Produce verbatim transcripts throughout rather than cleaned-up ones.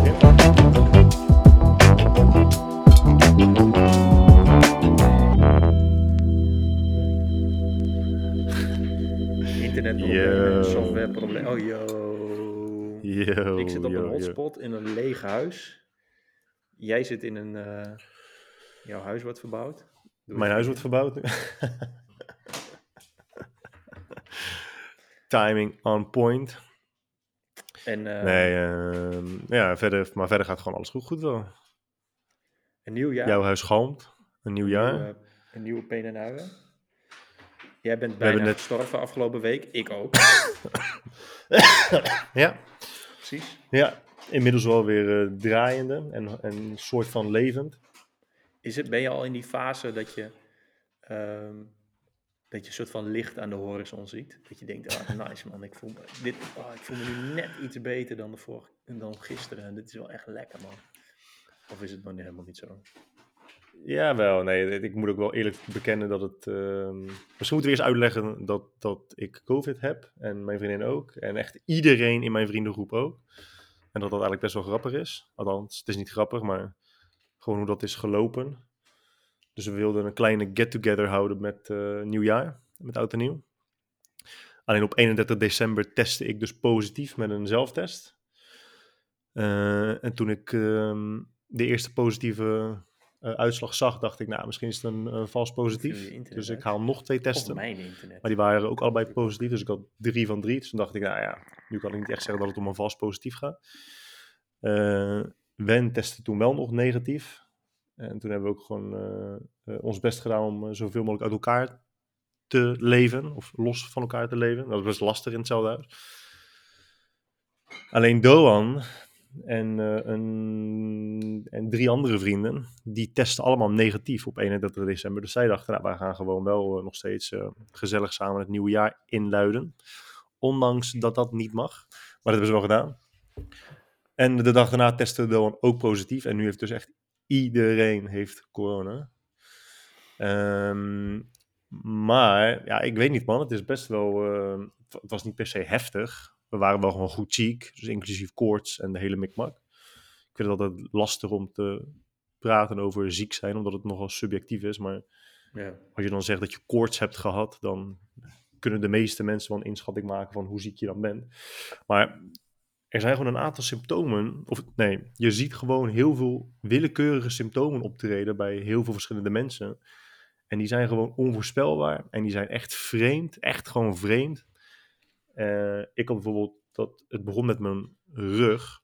Internetproblemen, Yo. softwareproblemen. Oh, yo. Yo, Ik zit op yo, een yo. hotspot in een leeg huis. Jij zit in een... Uh, jouw huis wordt verbouwd. Mijn huis wordt verbouwd nu. Timing on point. En, uh, nee, uh, ja, verder, maar verder gaat gewoon alles goed, goed wel. Een nieuw jaar. Jouw huis galmt. Een nieuw een jaar. Nieuwe, een nieuwe Penenuigen. Jij bent bijna net... gestorven afgelopen week. Ik ook. Ja. Precies. Ja, inmiddels wel weer uh, draaiende en, en een soort van levend. Is het, ben je al in die fase dat je... Um, dat je een soort van licht aan de horizon ziet. Dat je denkt, ah, nice man, ik voel, me, dit, oh, ik voel me nu net iets beter dan, de vorige, dan gisteren. En dit is wel echt lekker man. Of is het nog helemaal niet zo? Ja, wel. Nee, ik moet ook wel eerlijk bekennen dat het... Uh, misschien moeten we eerst uitleggen dat, dat ik COVID heb. En mijn vriendin ook. En echt iedereen in mijn vriendengroep ook. En dat dat eigenlijk best wel grappig is. Althans, het is niet grappig, maar gewoon hoe dat is gelopen. Dus we wilden een kleine get-together houden met uh, nieuwjaar. Met oud en nieuw. Alleen op eenendertig december testte ik dus positief met een zelftest. Uh, en toen ik uh, de eerste positieve uh, uitslag zag, dacht ik, nou, misschien is het een uh, vals positief. Dus ik haal nog twee testen. Of mijn internet. Maar die waren ook allebei positief, dus ik had drie van drie. Dus toen dacht ik, nou ja, nu kan ik niet echt zeggen dat het om een vals positief gaat. Uh, Wen testte toen wel nog negatief. En toen hebben we ook gewoon uh, uh, ons best gedaan om uh, zoveel mogelijk uit elkaar te leven. Of los van elkaar te leven. Dat was best lastig in hetzelfde huis. Alleen Doan en, uh, een, en drie andere vrienden, die testen allemaal negatief op eenendertig december. Dus zij dachten, nou, wij gaan gewoon wel uh, nog steeds uh, gezellig samen het nieuwe jaar inluiden. Ondanks dat dat niet mag. Maar dat hebben ze wel gedaan. En de dag daarna testte Doan ook positief. En nu heeft dus echt iedereen heeft corona. Um, maar, ja, ik weet niet man. Het is best wel, uh, het was niet per se heftig. We waren wel gewoon goed ziek, dus inclusief koorts en de hele mikmak. Ik vind het altijd lastig om te praten over ziek zijn, omdat het nogal subjectief is. Maar ja. Als je dan zegt dat je koorts hebt gehad, dan kunnen de meeste mensen wel een inschatting maken van hoe ziek je dan bent. Maar er zijn gewoon een aantal symptomen, of nee, je ziet gewoon heel veel willekeurige symptomen optreden bij heel veel verschillende mensen. En die zijn gewoon onvoorspelbaar en die zijn echt vreemd, echt gewoon vreemd. Uh, ik had bijvoorbeeld, dat het begon met mijn rug.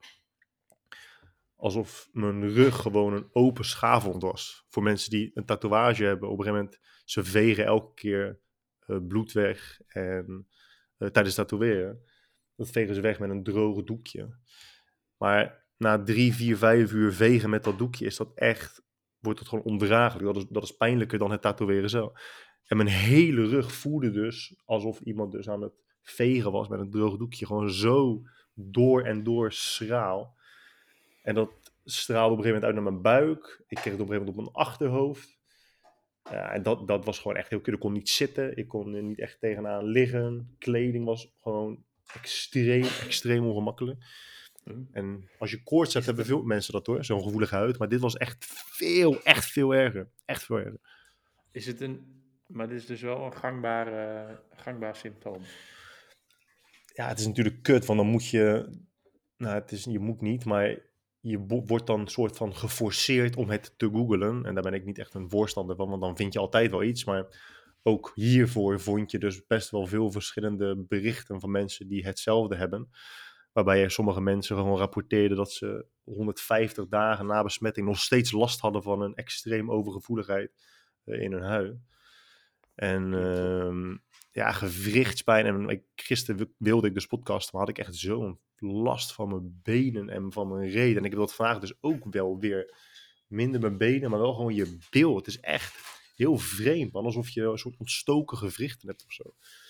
Alsof mijn rug gewoon een open schaafwond was. Voor mensen die een tatoeage hebben, op een gegeven moment, ze vegen elke keer uh, bloed weg. En uh, tijdens het tatoeëren, dat vegen ze weg met een droge doekje. Maar na drie, vier, vijf uur vegen met dat doekje is dat echt, wordt het gewoon ondraaglijk. Dat is, dat is pijnlijker dan het tatoeëren zelf. En mijn hele rug voelde dus alsof iemand dus aan het vegen was met een droog doekje. Gewoon zo door en door schraal. En dat straalde op een gegeven moment uit naar mijn buik. Ik kreeg het op een gegeven moment op mijn achterhoofd. Ja, en dat, dat was gewoon echt heel kut. Ik kon niet zitten. Ik kon er niet echt tegenaan liggen. Kleding was gewoon extreem, extreem ongemakkelijk. Mm. En als je koorts hebt, hebben veel mensen dat hoor. Zo'n gevoelige huid. Maar dit was echt veel, echt veel erger. Echt veel erger. Is het een... Maar dit is dus wel een gangbaar, uh, gangbaar symptoom. Ja, het is natuurlijk kut. Want dan moet je... Nou, het is, je moet niet, maar... Je wordt dan een soort van geforceerd om het te googlen. En daar ben ik niet echt een voorstander van, want dan vind je altijd wel iets. Maar ook hiervoor vond je dus best wel veel verschillende berichten van mensen die hetzelfde hebben. Waarbij sommige mensen gewoon rapporteerden dat ze honderdvijftig dagen na besmetting nog steeds last hadden van een extreem overgevoeligheid uh, in hun huid. En uh, ja, gewrichtspijn. En ik, gisteren wilde ik dus podcasten, maar had ik echt zo'n last van mijn benen en van mijn reden. En ik heb dat vandaag dus ook wel weer minder mijn benen, maar wel gewoon je bil. Het is echt heel vreemd, man. Alsof je een soort ontstoken gewrichten hebt of zo.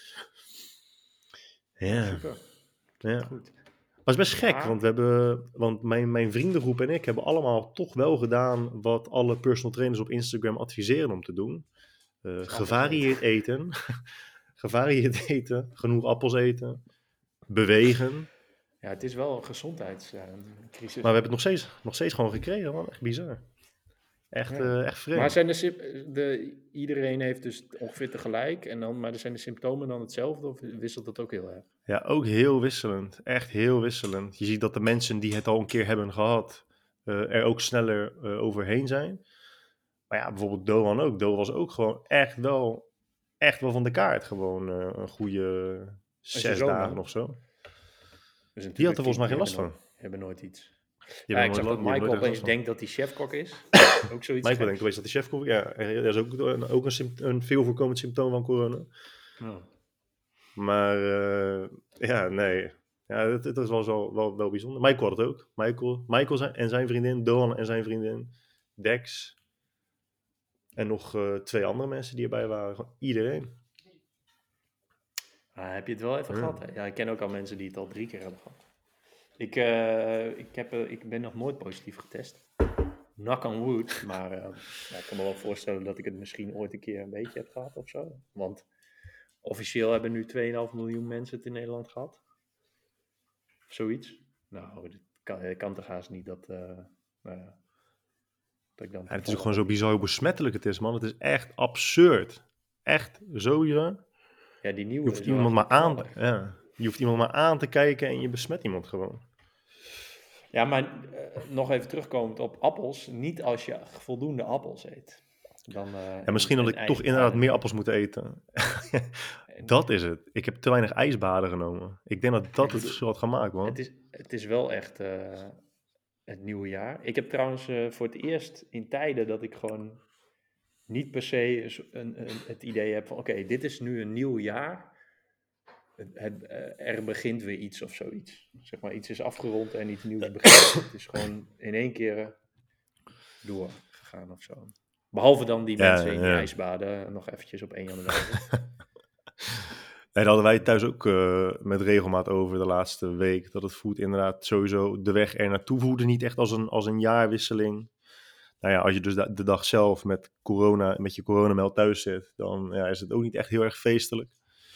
Ja. Super. Ja. Goed. Maar het is best gek, want, we hebben, want mijn, mijn vriendengroep en ik hebben allemaal toch wel gedaan wat alle personal trainers op Instagram adviseren om te doen. Uh, gevarieerd eten. gevarieerd eten. Genoeg appels eten. Bewegen. Ja, het is wel een gezondheidscrisis. Maar we hebben het nog steeds, nog steeds gewoon gekregen, man. Echt bizar. Echt, Ja. eh, echt vreemd. Maar zijn de, sym- de, iedereen heeft dus ongeveer tegelijk, en dan, maar zijn de symptomen dan hetzelfde of wisselt dat ook heel erg? Ja, ook heel wisselend. Echt heel wisselend. Je ziet dat de mensen die het al een keer hebben gehad, eh, er ook sneller eh, overheen zijn. Maar ja, bijvoorbeeld Doan ook. Doan was ook gewoon echt wel, echt wel van de kaart. Gewoon eh, een goede Als je zes zoon dagen dan? of zo. Dus Die had natuurlijk er volgens mij geen die last hebben van. nooit, hebben nooit iets. Die Ja, hebben ik nooit, zag la- dat die hebben Michael nooit ergens opeens last van. denkt dat hij chefkok is. Ook zoiets Michael geks. denkt geweest dat hij chef kon. Ja, er- dat is ook, een- ook een, sympt- een veel voorkomend symptoom van corona. Ja. Maar eh, ja, nee. Ja, het, het was wel, zo, wel, wel bijzonder. Michael had het ook. Michael, Michael zijn, en zijn vriendin, Doan en zijn vriendin, Dex. En nog eh, twee andere mensen die erbij waren. Gewoon iedereen. Ah, heb je het wel even Ja. gehad? Hè? Ja, ik ken ook al mensen die het al drie keer hebben gehad. Ik, eh, ik, heb, eh, ik ben nog nooit positief getest. Knock on wood. Maar eh, ja, ik kan me wel voorstellen dat ik het misschien ooit een keer een beetje heb gehad of zo. Want officieel hebben nu twee komma vijf miljoen mensen het in Nederland gehad. Of zoiets. Nou, dat kan, het kan toch haast niet dat, uh, nou ja, dat ik dan... Ja, het is ook gewoon zo bizar hoe besmettelijk het is, man. Het is echt absurd. Echt zo bizar. Ja, die Je nieuwe hoeft is wel iemand echt maar aan, knallig. ja, je hoeft iemand maar aan te kijken en je besmet iemand gewoon. Ja, maar uh, nog even terugkomend op appels. Niet als je voldoende appels eet. Dan, uh, En misschien en, had en ik toch inderdaad meer niet. appels moeten eten. En, Dat is het. Ik heb te weinig ijsbaden genomen. Ik denk dat dat ik het bedoel, verschil had gemaakt, man. Het is, het is wel echt uh, het nieuwe jaar. Ik heb trouwens uh, voor het eerst in tijden dat ik gewoon niet per se een, een, het idee heb van... Oké, okay, dit is nu een nieuw jaar. Het, het, uh, er begint weer iets of zoiets. Zeg maar, iets is afgerond en iets nieuws begint. Het is gewoon in één keer doorgegaan of zo. Behalve dan die ja, mensen in die ja. ijsbaden nog eventjes op één januari. Nee, daar hadden wij thuis ook uh, met regelmaat over de laatste week. Dat het voelt inderdaad sowieso de weg er naartoe voelde niet echt als een, als een jaarwisseling. Nou ja, als je dus de, de dag zelf met, corona, met je coronameld thuis zit, dan ja, is het ook niet echt heel erg feestelijk.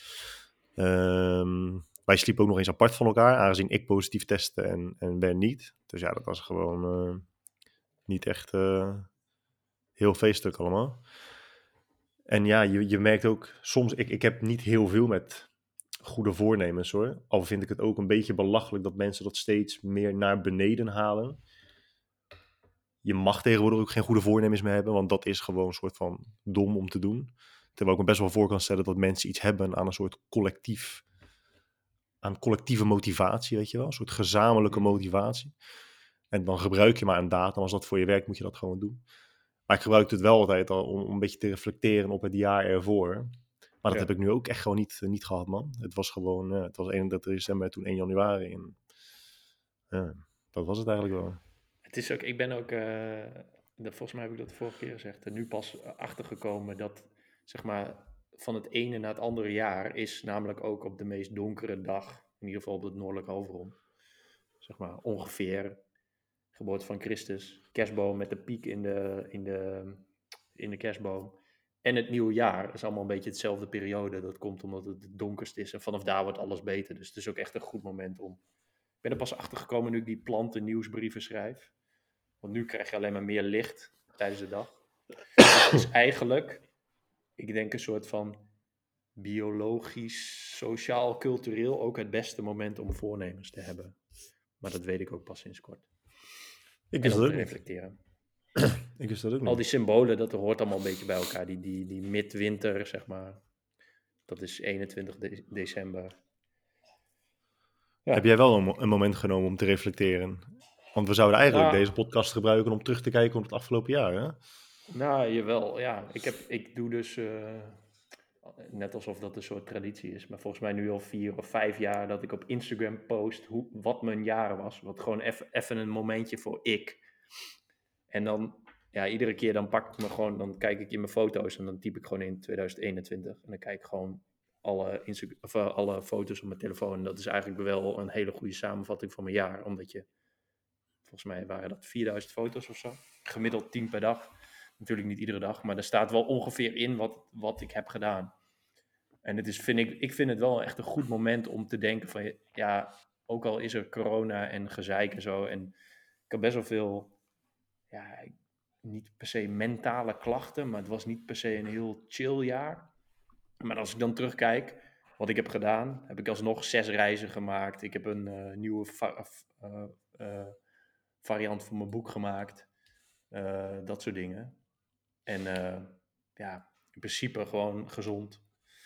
Um, wij sliepen ook nog eens apart van elkaar, aangezien ik positief testte en, en Ben niet. Dus ja, dat was gewoon uh, niet echt uh, heel feestelijk allemaal. En ja, je, je merkt ook soms, ik, ik heb niet heel veel met goede voornemens hoor. Al vind ik het ook een beetje belachelijk dat mensen dat steeds meer naar beneden halen. Je mag tegenwoordig ook geen goede voornemens meer hebben, want dat is gewoon een soort van dom om te doen. Terwijl ik me best wel voor kan stellen dat mensen iets hebben aan een soort collectief, aan collectieve motivatie, weet je wel. Een soort gezamenlijke motivatie. En dan gebruik je maar een datum. Als dat voor je werkt, moet je dat gewoon doen. Maar ik gebruik het wel altijd al om, om een beetje te reflecteren op het jaar ervoor. Maar dat ja. heb ik nu ook echt gewoon niet, niet gehad, man. Het was gewoon, uh, het was eenendertig december, toen één januari. En uh, dat was het eigenlijk wel. Het is ook, ik ben ook, uh, de, volgens mij heb ik dat de vorige keer gezegd, er nu pas achtergekomen dat, zeg maar, van het ene naar het andere jaar is namelijk ook op de meest donkere dag, in ieder geval op het noordelijke halfrond, zeg maar, ongeveer, geboorte van Christus, kerstboom met de piek in de, in de, in de kerstboom. En het nieuwe jaar is allemaal een beetje hetzelfde periode. Dat komt omdat het het donkerst is en vanaf daar wordt alles beter. Dus het is ook echt een goed moment om... Ik ben er pas achter gekomen nu ik die planten nieuwsbrieven schrijf. Want nu krijg je alleen maar meer licht tijdens de dag. Dus het is eigenlijk, ik denk een soort van biologisch, sociaal, cultureel ook het beste moment om voornemens te hebben. Maar dat weet ik ook pas sinds kort. Ik en om dat te ook reflecteren. Ik wist dat ook niet. Al die symbolen, dat hoort allemaal een beetje bij elkaar. Die, die, die midwinter, zeg maar. Dat is eenentwintig december. Ja. Heb jij wel een, een moment genomen om te reflecteren? Want we zouden eigenlijk nou, deze podcast gebruiken om terug te kijken op het afgelopen jaar, hè? Nou, jawel, ja. Ik, heb, ik doe dus, uh, net alsof dat een soort traditie is, maar volgens mij nu al vier of vijf jaar dat ik op Instagram post hoe, wat mijn jaar was. Wat gewoon even een momentje voor ik. En dan, ja, iedere keer dan pak ik me gewoon, dan kijk ik in mijn foto's en dan typ ik gewoon in twintig eenentwintig. En dan kijk ik gewoon alle, Insta- of, uh, alle foto's op mijn telefoon. En dat is eigenlijk wel een hele goede samenvatting van mijn jaar, omdat je... Volgens mij waren dat vierduizend foto's of zo. Gemiddeld tien per dag. Natuurlijk niet iedere dag, maar er staat wel ongeveer in wat, wat ik heb gedaan. En het is, vind ik, ik vind het wel echt een goed moment om te denken van... Ja, ook al is er corona en gezeik en zo. En ik had best wel veel, ja, niet per se mentale klachten, maar het was niet per se een heel chill jaar. Maar als ik dan terugkijk, wat ik heb gedaan, heb ik alsnog zes reizen gemaakt. Ik heb een uh, nieuwe va- uh, uh, variant van mijn boek gemaakt. Uh, dat soort dingen. En uh, ja, in principe gewoon gezond.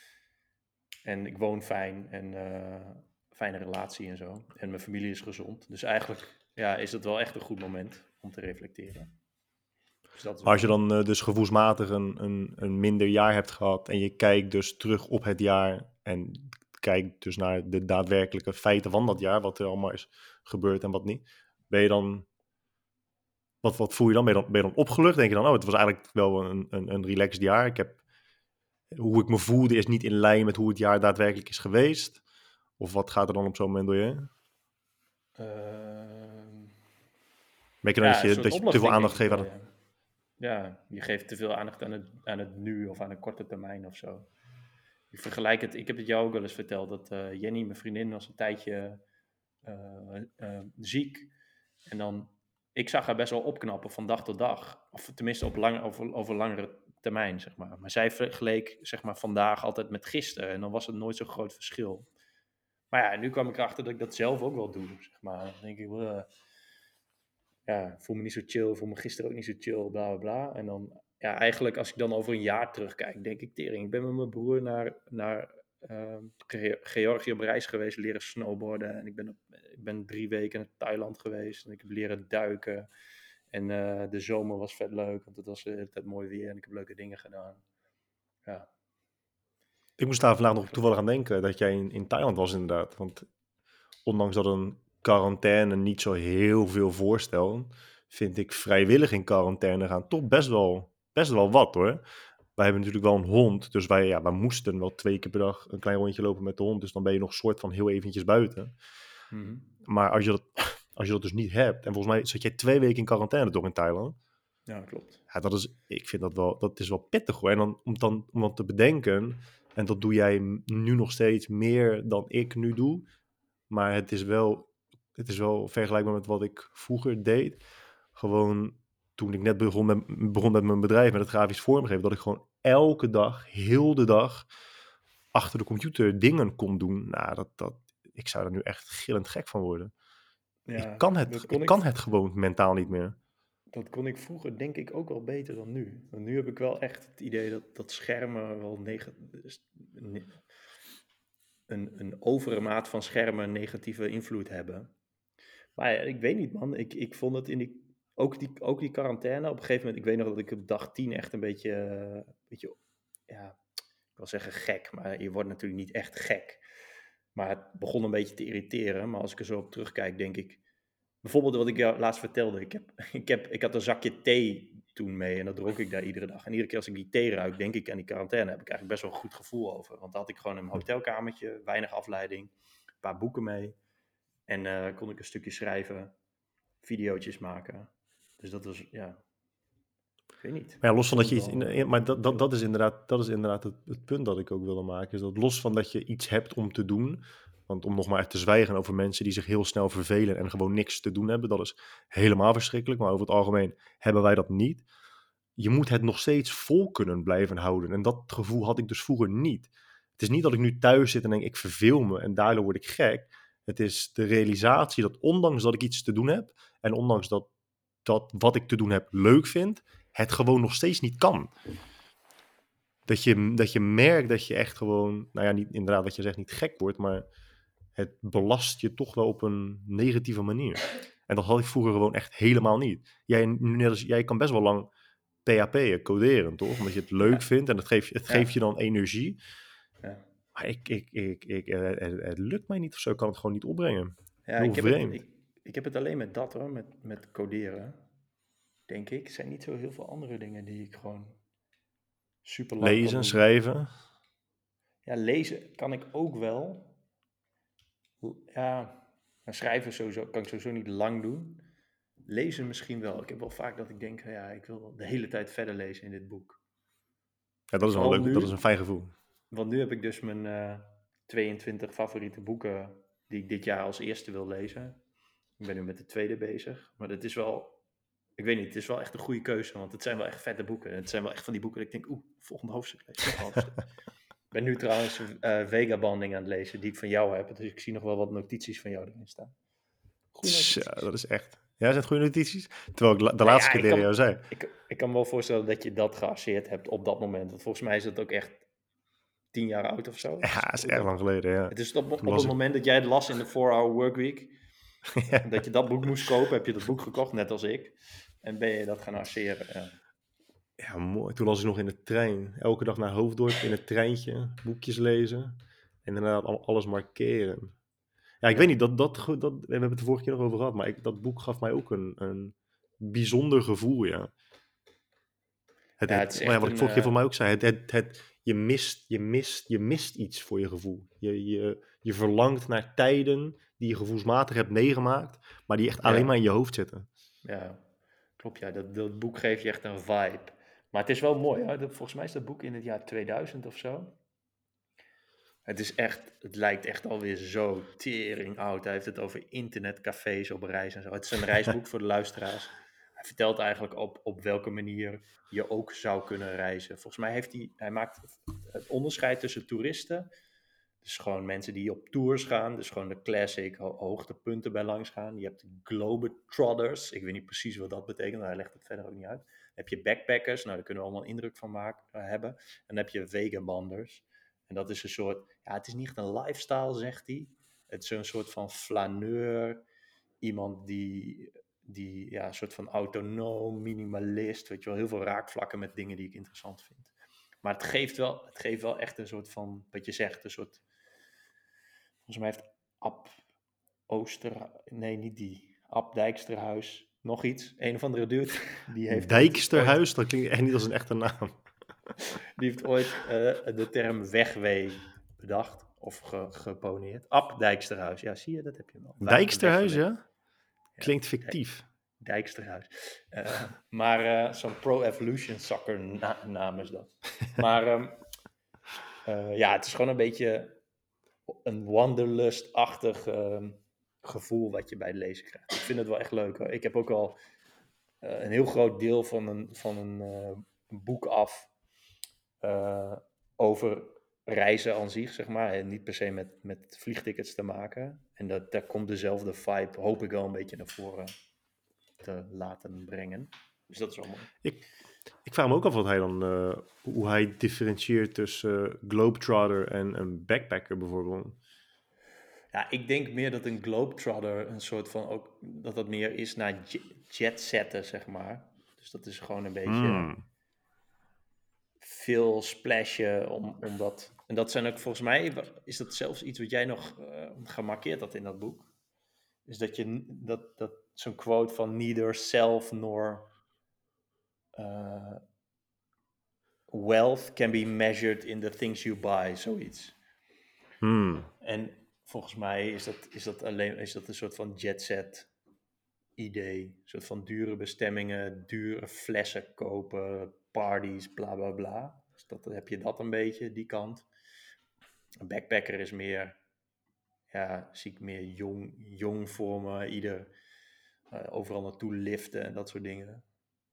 En ik woon fijn en uh, fijne relatie en zo. En mijn familie is gezond. Dus eigenlijk ja, is het wel echt een goed moment om te reflecteren. Dus dat is Maar als je wel... dan uh, dus gevoelsmatig een, een, een minder jaar hebt gehad en je kijkt dus terug op het jaar en kijkt dus naar de daadwerkelijke feiten van dat jaar, wat er allemaal is gebeurd en wat niet, ben je dan, wat, wat voel je dan? Ben je dan, ben je dan opgelucht? Denk je dan, oh, het was eigenlijk wel een, een, een relaxed jaar. Ik heb, hoe ik me voelde is niet in lijn met hoe het jaar daadwerkelijk is geweest? Of wat gaat er dan op zo'n moment door je? Uh, Merk je dan ja, dat een je, soort dat je te veel opluchting denk aandacht ik geeft aan wel, het... ja. Ja, je geeft te veel aandacht aan het, aan het nu of aan een korte termijn of zo. Ik vergelijk het, ik heb het jou ook wel eens verteld, dat uh, Jenny, mijn vriendin, was een tijdje uh, uh, ziek. En dan, ik zag haar best wel opknappen van dag tot dag. Of tenminste op lang, over, over langere termijn, zeg maar. Maar zij vergeleek, zeg maar, vandaag altijd met gisteren. En dan was het nooit zo'n groot verschil. Maar ja, nu kwam ik erachter dat ik dat zelf ook wel doe, zeg maar. Dan denk ik, uh, ja, voel me niet zo chill, voel me gisteren ook niet zo chill, bla bla bla. En dan, ja, eigenlijk als ik dan over een jaar terugkijk, denk ik, tering, ik ben met mijn broer naar, naar uh, Ge- Georgië op reis geweest, leren snowboarden. En ik ben, op, ik ben drie weken in Thailand geweest en ik heb leren duiken. En uh, de zomer was vet leuk, want het was de hele tijd mooi weer en ik heb leuke dingen gedaan. Ja. Ik moest daar vandaag nog toevallig aan denken dat jij in, in Thailand was inderdaad. Want ondanks dat een quarantaine niet zo heel veel voorstelt, vind ik vrijwillig in quarantaine gaan toch best wel, best wel wat hoor. Wij hebben natuurlijk wel een hond, dus wij, ja, wij moesten wel twee keer per dag een klein rondje lopen met de hond. Dus dan ben je nog soort van heel eventjes buiten. Mm-hmm. Maar als je, dat, als je dat dus niet hebt, en volgens mij zat jij twee weken in quarantaine toch in Thailand? Ja, klopt. Ja, dat is, ik vind dat wel, dat is wel pittig hoor. En dan, om, dan, om dat te bedenken, en dat doe jij nu nog steeds meer dan ik nu doe. Maar het is wel, het is wel vergelijkbaar met wat ik vroeger deed. Gewoon toen ik net begon met, begon met mijn bedrijf, met het grafisch vormgeven, dat ik gewoon elke dag, heel de dag, achter de computer dingen kon doen. Nou, dat, dat, ik zou er nu echt gillend gek van worden. Ik Ja, kan het, dat kon ik ik, kan het gewoon mentaal niet meer. dat kon ik vroeger denk ik ook wel beter dan nu. Want nu heb ik wel echt het idee dat, dat schermen wel negatief... Een, een overmaat van schermen negatieve invloed hebben. Maar ja, ik weet niet man, ik, ik vond het in die ook, die... ook die quarantaine, op een gegeven moment, ik weet nog dat ik op dag tien echt een beetje, uh, beetje ja, ik wil zeggen gek, maar je wordt natuurlijk niet echt gek. Maar het begon een beetje te irriteren, maar als ik er zo op terugkijk, denk ik, bijvoorbeeld wat ik jou laatst vertelde, ik, heb, ik, heb, ik had een zakje thee toen mee en dat dronk ik daar iedere dag. En iedere keer als ik die thee ruik, denk ik aan die quarantaine, heb ik eigenlijk best wel een goed gevoel over. Want dan had ik gewoon een hotelkamertje, weinig afleiding, een paar boeken mee. En uh, kon ik een stukje schrijven, videootjes maken. Dus dat was, ja, ik weet niet. Maar ja, los van dat je iets... Wel, In, uh, maar dat, dat, dat is inderdaad, dat is inderdaad het, het punt dat ik ook wilde maken. Is dat los van dat je iets hebt om te doen... Want om nog maar te zwijgen over mensen die zich heel snel vervelen... en gewoon niks te doen hebben, dat is helemaal verschrikkelijk. Maar over het algemeen hebben wij dat niet. Je moet het nog steeds vol kunnen blijven houden. En dat gevoel had ik dus vroeger niet. Het is niet dat ik nu thuis zit en denk, ik verveel me en daardoor word ik gek. Het is de realisatie dat ondanks dat ik iets te doen heb... en ondanks dat, dat wat ik te doen heb leuk vind... het gewoon nog steeds niet kan. Dat je, dat je merkt dat je echt gewoon... Nou ja, niet, inderdaad wat je zegt, niet gek wordt... maar het belast je toch wel op een negatieve manier. En dat had ik vroeger gewoon echt helemaal niet. Jij, net als, jij kan best wel lang P H P'en, coderen, toch? Omdat je het leuk ja, vindt en het geeft, het ja, geeft je dan energie. ja. Maar ik, ik, ik, ik, het, het lukt mij niet of zo. Ik kan het gewoon niet opbrengen. Ja, Heel ik heb, het, vreemd. ik, ik heb het alleen met dat hoor, met, met coderen, denk ik. Er zijn niet zo heel veel andere dingen die ik gewoon super lang kan Lezen, doen. schrijven. Ja, lezen kan ik ook wel. Ja, maar schrijven sowieso, kan ik sowieso niet lang doen. Lezen misschien wel. Ik heb wel vaak dat ik denk, ja, ik wil de hele tijd verder lezen in dit boek. Ja, dat is wel Vooral leuk. Dat is nu, een fijn gevoel. want nu heb ik dus mijn uh, tweeëntwintig favoriete boeken die ik dit jaar als eerste wil lezen. Ik ben nu met de tweede bezig. Maar het is wel, ik weet niet, het is wel echt een goede keuze. Want het zijn wel echt vette boeken. Het zijn wel echt van die boeken dat ik denk, oeh, volgende hoofdstuk lezen. Nog een hoofdstuk. Ik ben nu trouwens uh, Vagabonding aan het lezen, die ik van jou heb. Dus ik zie nog wel wat notities van jou erin staan. Goeie notities. Ja, dat is echt. Ja, zijn het goede notities? Terwijl ik la- de nou laatste ja, keer tegen jou zei. Ik, ik kan me wel voorstellen dat je dat gearseerd hebt op dat moment. Want volgens mij is dat ook echt tien jaar oud of zo. Ja, dat is erg lang geleden, ja. Het is op, op het moment dat jij het las in de four-hour workweek, ja. dat je dat boek moest kopen, heb je dat boek gekocht, net als ik. En ben je dat gaan arceren. Ja. Ja, mooi. Toen was ik nog in de trein. Elke dag naar Hoofddorp in het treintje. Boekjes lezen. En daarna alles markeren. Ja, ik ja. weet niet. Dat, dat, dat, we hebben het de vorige keer nog over gehad. Maar ik, dat boek gaf mij ook een, een bijzonder gevoel, ja. Het, ja, het, het ja, wat ik vorige keer voor mij ook zei. Het, het, het, je, mist, je, mist, je mist iets voor je gevoel. Je, je, je verlangt naar tijden die je gevoelsmatig hebt meegemaakt. Maar die echt ja. alleen maar in je hoofd zitten. Ja, klopt. Ja. Dat, dat boek geeft je echt een vibe. Maar het is wel mooi. Hè? Volgens mij is dat boek in het jaar tweeduizend of zo. Het is echt, het lijkt echt alweer zo tering oud. Hij heeft het over internetcafés op reis en zo. Het is een reisboek voor de luisteraars. Hij vertelt eigenlijk op, op welke manier je ook zou kunnen reizen. Volgens mij heeft hij, hij maakt het onderscheid tussen toeristen. Dus gewoon mensen die op tours gaan. Dus gewoon de classic ho- hoogtepunten bij langs gaan. Je hebt de globetrotters. Ik weet niet precies wat dat betekent. Maar hij legt het verder ook niet uit. Dan heb je backpackers. Nou, daar kunnen we allemaal een indruk van maken, uh, hebben. En dan heb je vagabonders. En dat is een soort, ja, het is niet echt een lifestyle, zegt hij. Het is een soort van flaneur. Iemand die, die ja, een soort van autonoom, minimalist. Weet je wel, heel veel raakvlakken met dingen die ik interessant vind. Maar het geeft wel, het geeft wel echt een soort van, wat je zegt, een soort, volgens mij heeft Ab Ooster, nee, niet die, Ab Dijksterhuis, nog iets. Een of andere dude, die heeft... Dijksterhuis, ooit, dat klinkt echt niet als een echte naam. Die heeft ooit uh, de term wegwee bedacht of ge, geponeerd. Ab Dijksterhuis, ja, zie je, dat heb je wel. Dijksterhuis, ja? Klinkt ja, fictief. Dijksterhuis. Uh, maar uh, zo'n pro-evolution sucker na- naam is dat. Maar um, uh, ja, het is gewoon een beetje een wanderlust-achtig um, gevoel wat je bij het lezen krijgt. Ik vind het wel echt leuk, hoor. Ik heb ook al uh, een heel groot deel van een, van een, uh, een boek af uh, over reizen aan zich, zeg maar. En niet per se met, met vliegtickets te maken. En dat, daar komt dezelfde vibe, hoop ik wel een beetje naar voren te laten brengen. Dus dat is wel mooi. Ik, ik vraag me ook af wat hij dan, uh, hoe hij differentieert tussen uh, globetrotter en een backpacker bijvoorbeeld. Ja, ik denk meer dat een globetrotter een soort van ook, dat dat meer is naar jetsetten, zeg maar. Dus dat is gewoon een beetje mm. veel splashen, om, omdat, en dat zijn ook volgens mij, is dat zelfs iets wat jij nog uh, gemarkeerd had in dat boek. Is dat je, dat, dat zo'n quote van neither self nor uh, wealth can be measured in the things you buy, zoiets. Mm. En volgens mij is dat, is dat alleen is dat een soort van jetset idee. Een soort van dure bestemmingen, dure flessen kopen, parties, bla bla bla. Dus dat, dan heb je dat een beetje, die kant. Een backpacker is meer, ja, zie ik meer jong, jong voor me. Ieder uh, overal naartoe liften en dat soort dingen.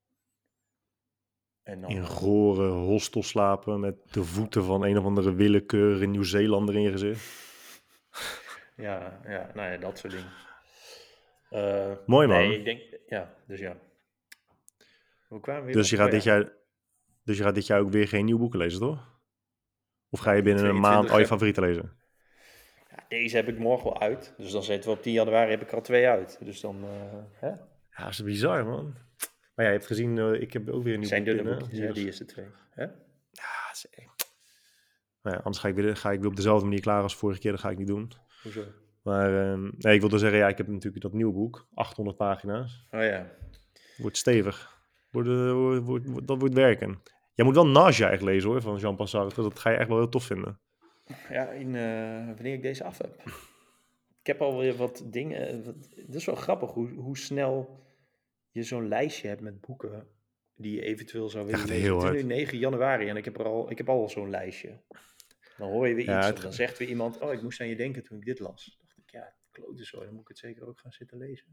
En dan, in gore hostel slapen met de voeten van een of andere willekeurige Nieuw-Zeelander in je gezicht. Ja, ja, nou ja, dat soort dingen. Uh, Mooi man. Nee, ik denk, ja, dus ja. We kwamen weer dus, je gaat oh, dit ja. jaar, dus je gaat dit jaar ook weer geen nieuwe boeken lezen, toch? Of ga je binnen een maand al je favorieten lezen? Ja, deze heb ik morgen wel uit. Dus dan zitten we op tien januari, heb ik er al twee uit. Dus dan, uh, hè? Ja, dat is bizar, man. Maar ja, je hebt gezien, uh, ik heb ook weer een nieuw Zijn boek binnen. Zijn dunne die eerste twee. Hè? Ja, dat is echt... Nou ja, anders ga ik, weer, ga ik weer op dezelfde manier klaar als vorige keer. Dat ga ik niet doen. Hoezo? Maar um, nee, ik wilde zeggen, ja, ik heb natuurlijk dat nieuwe boek. achthonderd pagina's. Oh ja. Wordt stevig. Wordt, uh, wordt, wordt, dat wordt werken. Jij moet wel Nausea echt lezen, hoor, van Jean-Paul Sartre. Dat ga je echt wel heel tof vinden. Ja, in, uh, wanneer ik deze af heb. Ik heb alweer wat dingen... Wat, het is wel grappig hoe, hoe snel je zo'n lijstje hebt met boeken die je eventueel zou willen lezen. Heel het is hard. nu negen januari en ik heb, er al, ik heb al zo'n lijstje. Dan hoor je weer ja, iets het... en dan zegt weer iemand... Oh, ik moest aan je denken toen ik dit las. Dacht ik, ik, ja, klote zo, dan moet ik het zeker ook gaan zitten lezen.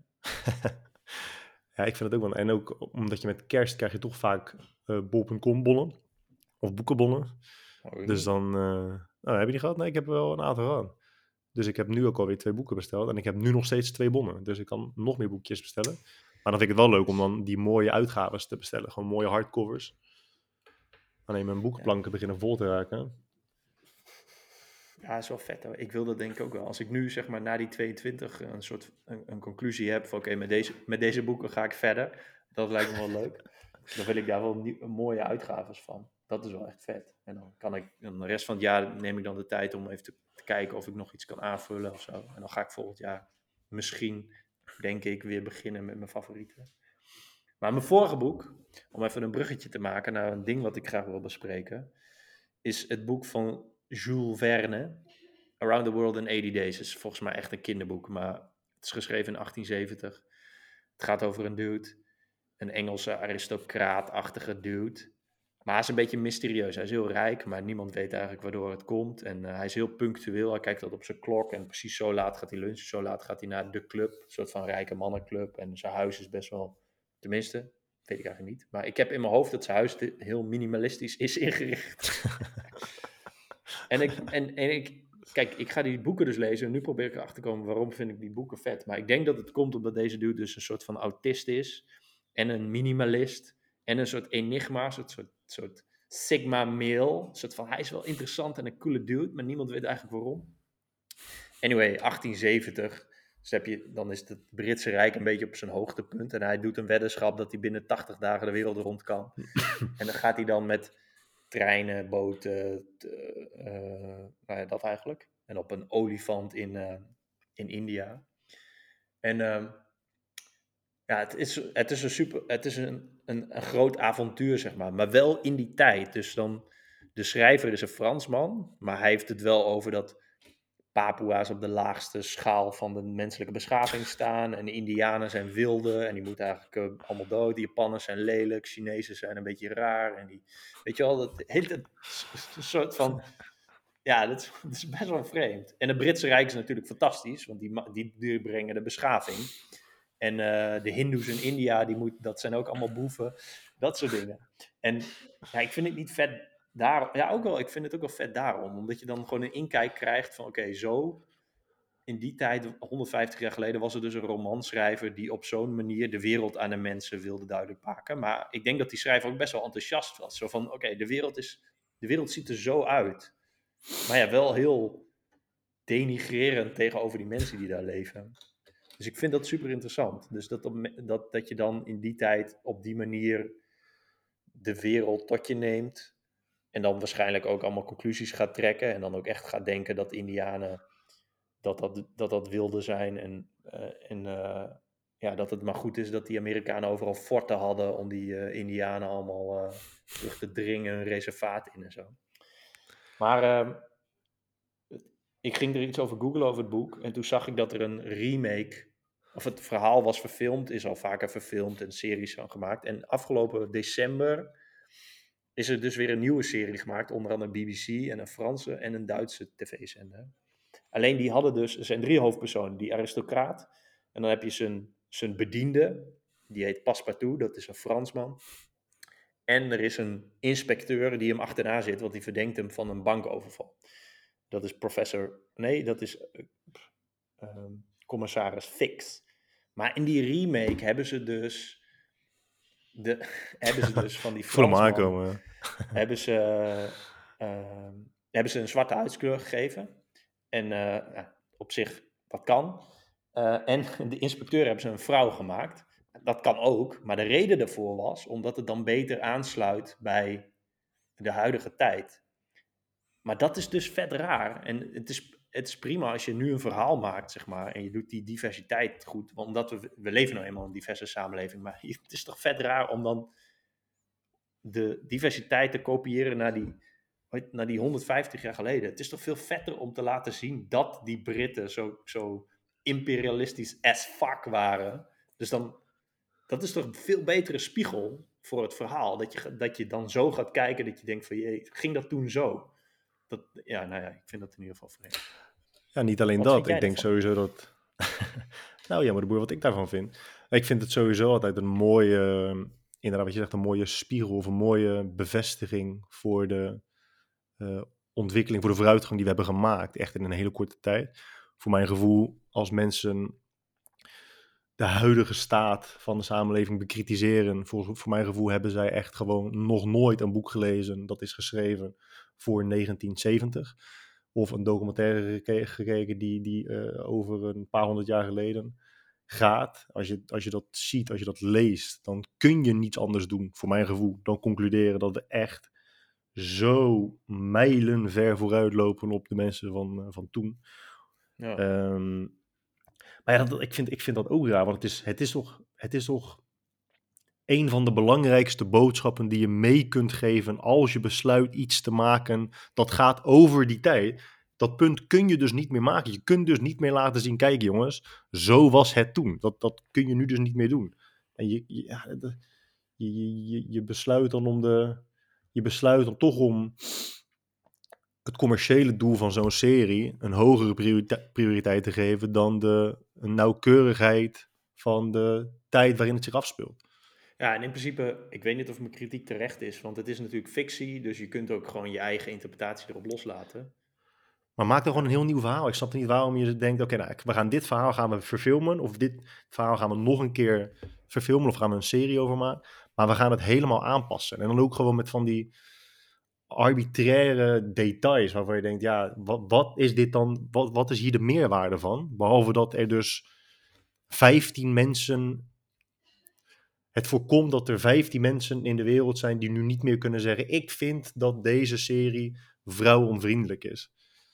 Ja, ik vind het ook wel. En ook omdat je met kerst krijg je toch vaak uh, bol punt com bonnen. Of boekenbonnen. Oh, Dus dan... Uh, oh, heb je die gehad? Nee, ik heb er wel een aantal gehad. Dus ik heb nu ook alweer twee boeken besteld. En ik heb nu nog steeds twee bonnen. Dus ik kan nog meer boekjes bestellen. Maar dan vind ik het wel leuk om dan die mooie uitgaves te bestellen. Gewoon mooie hardcovers. Alleen mijn boekenplanken ja. beginnen vol te raken. Ja, dat is wel vet hoor. Ik wil dat denk ik ook wel. Als ik nu zeg maar na die tweeëntwintig een soort een, een conclusie heb van oké, okay, met, deze, met deze boeken ga ik verder. Dat lijkt me wel leuk. Dan wil ik daar wel nieuw, mooie uitgaves van. Dat is wel echt vet. En dan kan ik, en de rest van het jaar neem ik dan de tijd om even te, te kijken of ik nog iets kan aanvullen of zo. En dan ga ik volgend jaar misschien, denk ik, weer beginnen met mijn favorieten. Maar mijn vorige boek, om even een bruggetje te maken naar een ding wat ik graag wil bespreken, is het boek van Jules Verne, Around the World in eighty Days. Het is volgens mij echt een kinderboek, maar het is geschreven in achttien zeventig. Het gaat over een dude, een Engelse aristocraatachtige dude. Maar hij is een beetje mysterieus. Hij is heel rijk, maar niemand weet eigenlijk waardoor het komt. En uh, hij is heel punctueel. Hij kijkt altijd op zijn klok en precies zo laat gaat hij lunchen. Zo laat gaat hij naar de club, een soort van rijke mannenclub. En zijn huis is best wel, tenminste, weet ik eigenlijk niet. Maar ik heb in mijn hoofd dat zijn huis heel minimalistisch is ingericht. en, ik, en, en ik, kijk, ik ga die boeken dus lezen. En nu probeer ik erachter te komen waarom vind ik die boeken vet. Maar ik denk dat het komt omdat deze dude dus een soort van autist is. En een minimalist. En een soort enigma, een soort, soort, soort sigma male. Een soort van, hij is wel interessant en een coole dude, maar niemand weet eigenlijk waarom. Anyway, achttien zeventig. Dus heb je, dan is het Britse Rijk een beetje op zijn hoogtepunt. En hij doet een weddenschap dat hij binnen tachtig dagen de wereld rond kan. En dan gaat hij dan met treinen, boten, te, uh, nou ja, dat eigenlijk. En op een olifant in, uh, in India. En uh, ja, het is, het is een super, het is een, een, een groot avontuur, zeg maar. Maar wel in die tijd. Dus dan, de schrijver is een Fransman, maar hij heeft het wel over dat Papua's op de laagste schaal van de menselijke beschaving staan. En de Indianen zijn wilde en die moeten eigenlijk uh, allemaal dood. De Japanners zijn lelijk, Chinezen zijn een beetje raar. En die, weet je wel, dat hele een soort van... Ja, dat is, dat is best wel vreemd. En het Britse Rijk is natuurlijk fantastisch, want die, die, die brengen de beschaving. En uh, de Hindoes in India, die moet, dat zijn ook allemaal boeven. Dat soort dingen. En ja, ik vind het niet vet daarom. Ja, ook wel. Ik vind het ook wel vet daarom. Omdat je dan gewoon een inkijk krijgt van oké, okay, zo... In die tijd, honderdvijftig jaar geleden, was er dus een romanschrijver die op zo'n manier de wereld aan de mensen wilde duidelijk maken. Maar ik denk dat die schrijver ook best wel enthousiast was. Zo van, oké, okay, de wereld is, de wereld ziet er zo uit. Maar ja, wel heel denigrerend tegenover die mensen die daar leven. Dus ik vind dat super interessant. Dus dat, dat, dat je dan in die tijd op die manier de wereld tot je neemt. En dan waarschijnlijk ook allemaal conclusies gaat trekken. En dan ook echt gaat denken dat Indianen, dat dat, dat, dat wilde zijn. En, uh, en uh, ja, dat het maar goed is dat die Amerikanen overal forten hadden om die uh, Indianen allemaal uh, terug te dringen een reservaat in en zo. Maar... Uh, ik ging er iets over googlen over het boek. En toen zag ik dat er een remake, of het verhaal was verfilmd, is al vaker verfilmd en series van gemaakt. En afgelopen december is er dus weer een nieuwe serie gemaakt, onder andere B B C en een Franse en een Duitse tv-zender. Alleen die hadden dus, er zijn drie hoofdpersonen, die aristocraat. En dan heb je zijn, zijn bediende, die heet Passepartout, dat is een Fransman. En er is een inspecteur die hem achterna zit, want die verdenkt hem van een bankoverval. Dat is professor... Nee, dat is uh, uh, commissaris Fix. Maar in die remake hebben ze dus... De, hebben ze dus van die Fransman... aankomen, hebben, ze, uh, hebben ze een zwarte huidskleur gegeven. En uh, ja, op zich, dat kan. Uh, en de inspecteur hebben ze een vrouw gemaakt. Dat kan ook. Maar de reden daarvoor was... omdat het dan beter aansluit bij de huidige tijd. Maar dat is dus vet raar. En het is, het is prima als je nu een verhaal maakt, zeg maar. En je doet die diversiteit goed. Omdat we, we leven nou eenmaal in een diverse samenleving. Maar het is toch vet raar om dan de diversiteit te kopiëren naar die, naar die honderdvijftig jaar geleden. Het is toch veel vetter om te laten zien dat die Britten zo, zo imperialistisch as fuck waren. Dus dan, dat is toch een veel betere spiegel voor het verhaal. Dat je, dat je dan zo gaat kijken dat je denkt van, jee, ging dat toen zo? Dat, ja, nou ja, ik vind dat in ieder geval vreemd. Ja, niet alleen Wat vind dat. jij Ik denk ervan? sowieso dat... Nou ja, maar de boer, wat ik daarvan vind. Ik vind het sowieso altijd een mooie, inderdaad wat je zegt, een mooie spiegel of een mooie bevestiging voor de uh, ontwikkeling, voor de vooruitgang die we hebben gemaakt. Echt in een hele korte tijd. Voor mijn gevoel, als mensen de huidige staat van de samenleving bekritiseren, voor, voor mijn gevoel hebben zij echt gewoon nog nooit een boek gelezen dat is geschreven voor negentien zeventig. Of een documentaire gekeken die, die uh, over een paar honderd jaar geleden gaat. Als je, als je dat ziet, als je dat leest, dan kun je niets anders doen, voor mijn gevoel, dan concluderen dat we echt zo mijlenver vooruit lopen op de mensen van, uh, van toen. Ja. Um, maar ja, dat, ik, vind, ik vind dat ook raar, want het is, het is toch... Het is toch een van de belangrijkste boodschappen die je mee kunt geven als je besluit iets te maken dat gaat over die tijd. Dat punt kun je dus niet meer maken. Je kunt dus niet meer laten zien, kijk jongens, zo was het toen. Dat, dat kun je nu dus niet meer doen. En je, je, ja, je, je, je besluit dan om de... Je besluit dan toch om het commerciële doel van zo'n serie een hogere priorite- prioriteit te geven dan de nauwkeurigheid van de tijd waarin het zich afspeelt. Ja, en in principe, ik weet niet of mijn kritiek terecht is, want het is natuurlijk fictie, dus je kunt ook gewoon je eigen interpretatie erop loslaten. Maar maak dan gewoon een heel nieuw verhaal. Ik snap niet waarom je denkt, oké, okay, nou, we gaan dit verhaal gaan we verfilmen, of dit verhaal gaan we nog een keer verfilmen, of gaan we een serie over maken. Maar we gaan het helemaal aanpassen. En dan ook gewoon met van die arbitraire details, waarvan je denkt, ja, wat, wat is dit dan, wat, wat is hier de meerwaarde van? Behalve dat er dus vijftien mensen... Het voorkomt dat er vijftien mensen in de wereld zijn die nu niet meer kunnen zeggen, ik vind dat deze serie vrouwonvriendelijk is.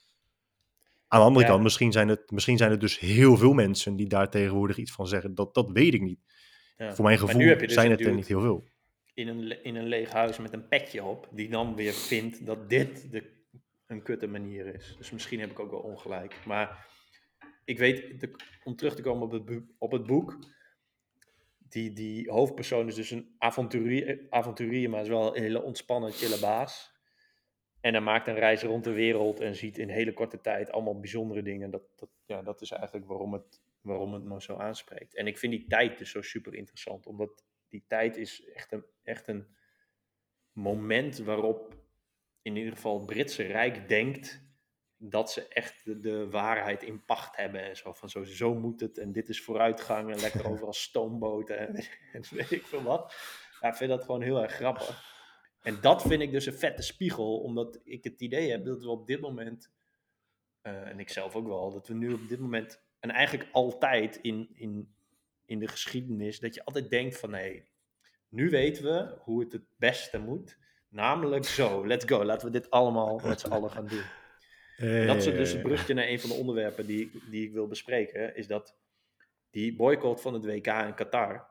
Aan de andere Ja, kant, misschien zijn, het, misschien zijn het dus heel veel mensen die daar tegenwoordig iets van zeggen. Dat, dat weet ik niet. ja. Voor mijn Maar nu heb gevoel je dus zijn een het er dude niet heel veel. in een, le- in een leeg huis met een petje op, die dan weer vindt dat dit de, een kutte manier is. Dus misschien heb ik ook wel ongelijk. Maar ik weet, de, om terug te komen op het, bu- op het boek, die, die hoofdpersoon is dus een avonturier, avonturier, maar is wel een hele ontspannen, chille baas. En hij maakt een reis rond de wereld en ziet in hele korte tijd allemaal bijzondere dingen. Dat, dat, ja, dat is eigenlijk waarom het, waarom het me zo aanspreekt. En ik vind die tijd dus zo super interessant. Omdat die tijd is echt een, echt een moment waarop in ieder geval het Britse Rijk denkt dat ze echt de, de waarheid in pacht hebben. En zo van zo, zo moet het en dit is vooruitgang en lekker overal stoomboten en, en weet ik veel wat. Ja, ik vind dat gewoon heel erg grappig. En dat vind ik dus een vette spiegel, omdat ik het idee heb dat we op dit moment, uh, en ik zelf ook wel, dat we nu op dit moment, en eigenlijk altijd in, in, in de geschiedenis, dat je altijd denkt van, hé, hey, nu weten we hoe het het beste moet. Namelijk zo, let's go, laten we dit allemaal met z'n allen gaan doen. En dat is dus het brugje naar een van de onderwerpen die, die ik wil bespreken, is dat die boycott van het W K in Qatar,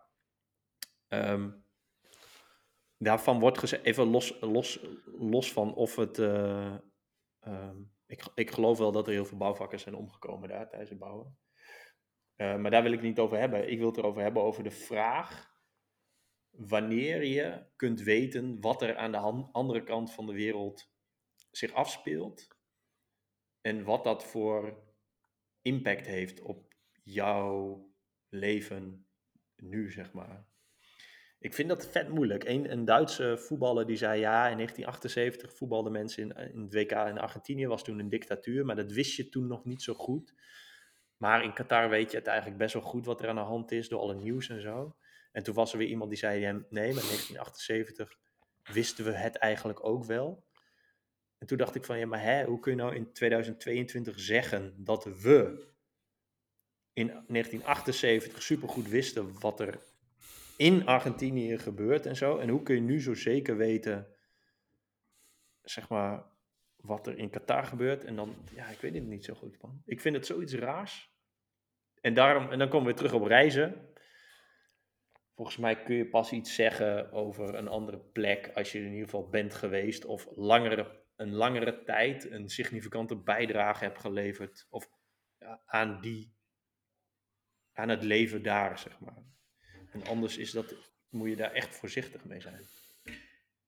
um, daarvan wordt gezegd, even los, los, los van of het... Uh, um, ik, ik geloof wel dat er heel veel bouwvakkers zijn omgekomen daar tijdens het bouwen. Uh, maar daar wil ik het niet over hebben. Ik wil het erover hebben over de vraag wanneer je kunt weten wat er aan de han- andere kant van de wereld zich afspeelt. En wat dat voor impact heeft op jouw leven nu, zeg maar. Ik vind dat vet moeilijk. Een, een Duitse voetballer die zei, ja, in negentien achtenzeventig voetbalden mensen in, in het W K in Argentinië, was toen een dictatuur, maar dat wist je toen nog niet zo goed. Maar in Qatar weet je het eigenlijk best wel goed wat er aan de hand is, door alle nieuws en zo. En toen was er weer iemand die zei, ja, nee, maar in negentien achtenzeventig wisten we het eigenlijk ook wel. En toen dacht ik van, ja, maar hè, hoe kun je nou in tweeduizend tweeëntwintig zeggen dat we in negentien achtenzeventig supergoed wisten wat er in Argentinië gebeurt en zo. En hoe kun je nu zo zeker weten, zeg maar, wat er in Qatar gebeurt? En dan, ja, ik weet het niet zo goed, man. Ik vind het zoiets raars. En, daarom, en dan komen we terug op reizen. Volgens mij kun je pas iets zeggen over een andere plek als je in ieder geval bent geweest of langere, een langere tijd een significante bijdrage hebt geleverd of ja, aan die, aan het leven daar, zeg maar. En anders is dat, moet je daar echt voorzichtig mee zijn.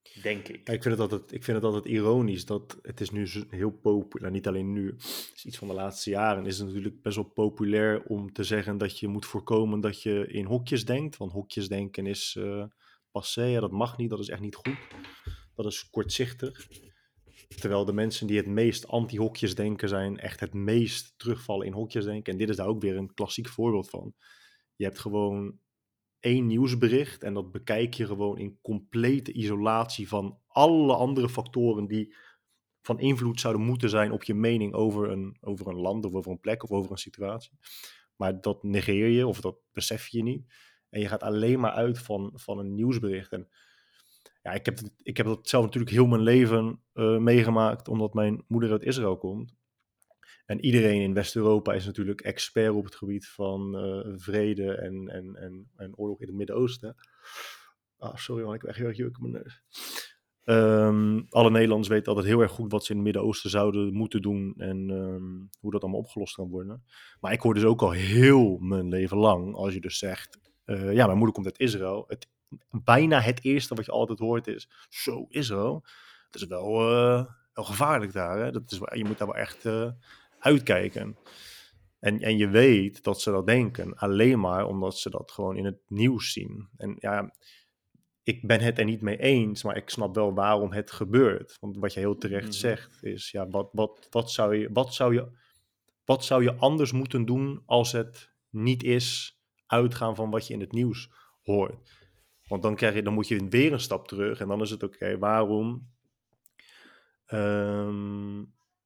Denk Ja, ik. ik vind het altijd, ik vind het altijd ironisch dat het is nu zo- heel populair, niet alleen nu, het is iets van de laatste jaren, is het natuurlijk best wel populair om te zeggen dat je moet voorkomen dat je in hokjes denkt, want hokjes denken is eh passé, ja, dat mag niet, dat is echt niet goed, dat is kortzichtig. Terwijl de mensen die het meest anti-hokjes denken zijn echt het meest terugvallen in hokjes denken. En dit is daar ook weer een klassiek voorbeeld van. Je hebt gewoon één nieuwsbericht en dat bekijk je gewoon in complete isolatie van alle andere factoren die van invloed zouden moeten zijn op je mening over een, over een land of over een plek of over een situatie. Maar dat negeer je of dat besef je niet. En je gaat alleen maar uit van, van een nieuwsbericht. En ja, ik heb, het- ik heb dat zelf natuurlijk heel mijn leven eh, meegemaakt, omdat mijn moeder uit Israël komt. En iedereen in West-Europa is natuurlijk expert op het gebied van eh, vrede en, en, en, en oorlog in het Midden-Oosten. Ah, sorry man, ik heb echt heel erg juk in mijn neus. Ehm, alle Nederlanders weten altijd heel erg goed wat ze in het Midden-Oosten zouden moeten doen en ehm, hoe dat allemaal opgelost kan worden. Maar ik hoor dus ook al heel mijn leven lang, als je dus zegt, eh, ja, mijn moeder komt uit Israël. Het, bijna het eerste wat je altijd hoort is, zo Israël, dat is wel, eh, wel gevaarlijk daar. Hè? Dat is wel, je moet daar wel echt eh, uitkijken. En, en je weet dat ze dat denken, alleen maar omdat ze dat gewoon in het nieuws zien. En ja, ik ben het er niet mee eens, maar ik snap wel waarom het gebeurt. Want wat je heel terecht Mhm. zegt is, ja, wat, wat, wat, zou je, wat, zou je, wat zou je anders moeten doen als het niet is uitgaan van wat je in het nieuws hoort? Want dan, krijg je, dan moet je weer een stap terug en dan is het oké, waarom... ehm,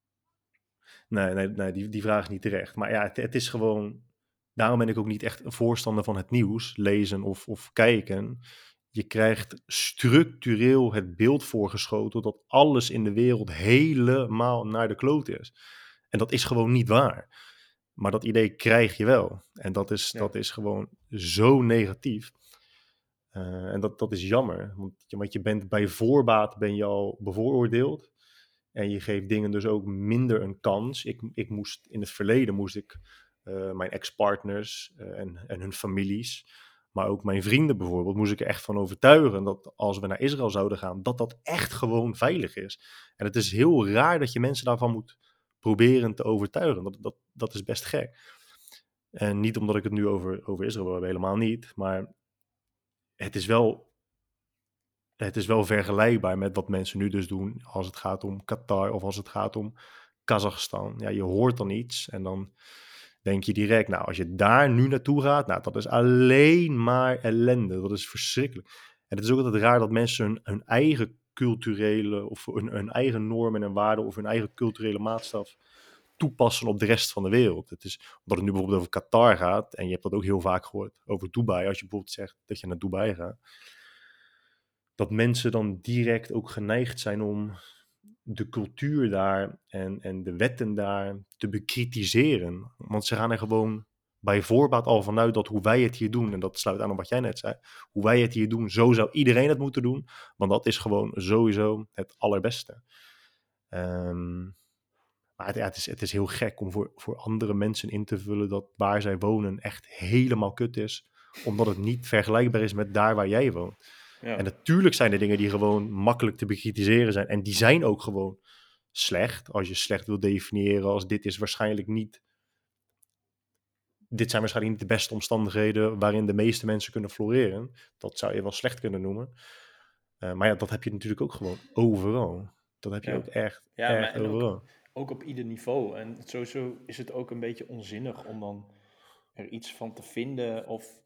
nee, nee, nee die, die vraag is niet terecht. Maar ja, het, het is gewoon... Daarom ben ik ook niet echt een voorstander van het nieuws, lezen of, of kijken. Je krijgt structureel het beeld voorgeschoten dat alles in de wereld helemaal naar de kloot is. En dat is gewoon niet waar. Maar dat idee krijg je wel. En dat is, Ja. dat is gewoon zo negatief. Uh, en dat, dat is jammer. Want, want je bent bij voorbaat ben je al bevooroordeeld. En je geeft dingen dus ook minder een kans. Ik, ik moest, in het verleden moest ik uh, mijn ex-partners uh, en, en hun families, maar ook mijn vrienden bijvoorbeeld, moest ik er echt van overtuigen dat als we naar Israël zouden gaan, dat dat echt gewoon veilig is. En het is heel raar dat je mensen daarvan moet proberen te overtuigen. Dat, dat, dat is best gek. En niet omdat ik het nu over, over Israël heb, helemaal niet. Maar het is wel het is wel vergelijkbaar met wat mensen nu dus doen als het gaat om Qatar of als het gaat om Kazachstan. Ja, je hoort dan iets en dan denk je direct, nou, als je daar nu naartoe gaat, nou, dat is alleen maar ellende. Dat is verschrikkelijk. En het is ook altijd raar dat mensen hun, hun eigen culturele of hun, hun eigen normen en waarden of hun eigen culturele maatstaf toepassen op de rest van de wereld. Het is omdat het nu bijvoorbeeld over Qatar gaat en je hebt dat ook heel vaak gehoord over Dubai. Als je bijvoorbeeld zegt dat je naar Dubai gaat, dat mensen dan direct ook geneigd zijn om de cultuur daar en, en de wetten daar te bekritiseren. Want ze gaan er gewoon bij voorbaat al vanuit dat hoe wij het hier doen, en dat sluit aan op wat jij net zei, hoe wij het hier doen, zo zou iedereen het moeten doen, want dat is gewoon sowieso het allerbeste. Um, maar het, ja, het, is, het is heel gek om voor, voor andere mensen in te vullen dat waar zij wonen echt helemaal kut is, omdat het niet vergelijkbaar is met daar waar jij woont. En Ja. natuurlijk zijn er dingen die gewoon makkelijk te bekritiseren zijn. En die zijn ook gewoon slecht. Als je slecht wil definiëren als dit is waarschijnlijk niet... Dit zijn waarschijnlijk niet de beste omstandigheden waarin de meeste mensen kunnen floreren. Dat zou je wel slecht kunnen noemen. Uh, maar ja, dat heb je natuurlijk ook gewoon overal. Dat heb je Ja, ook echt, ja maar echt en ook, overal. ook op ieder niveau. En sowieso is het ook een beetje onzinnig om dan er iets van te vinden. Of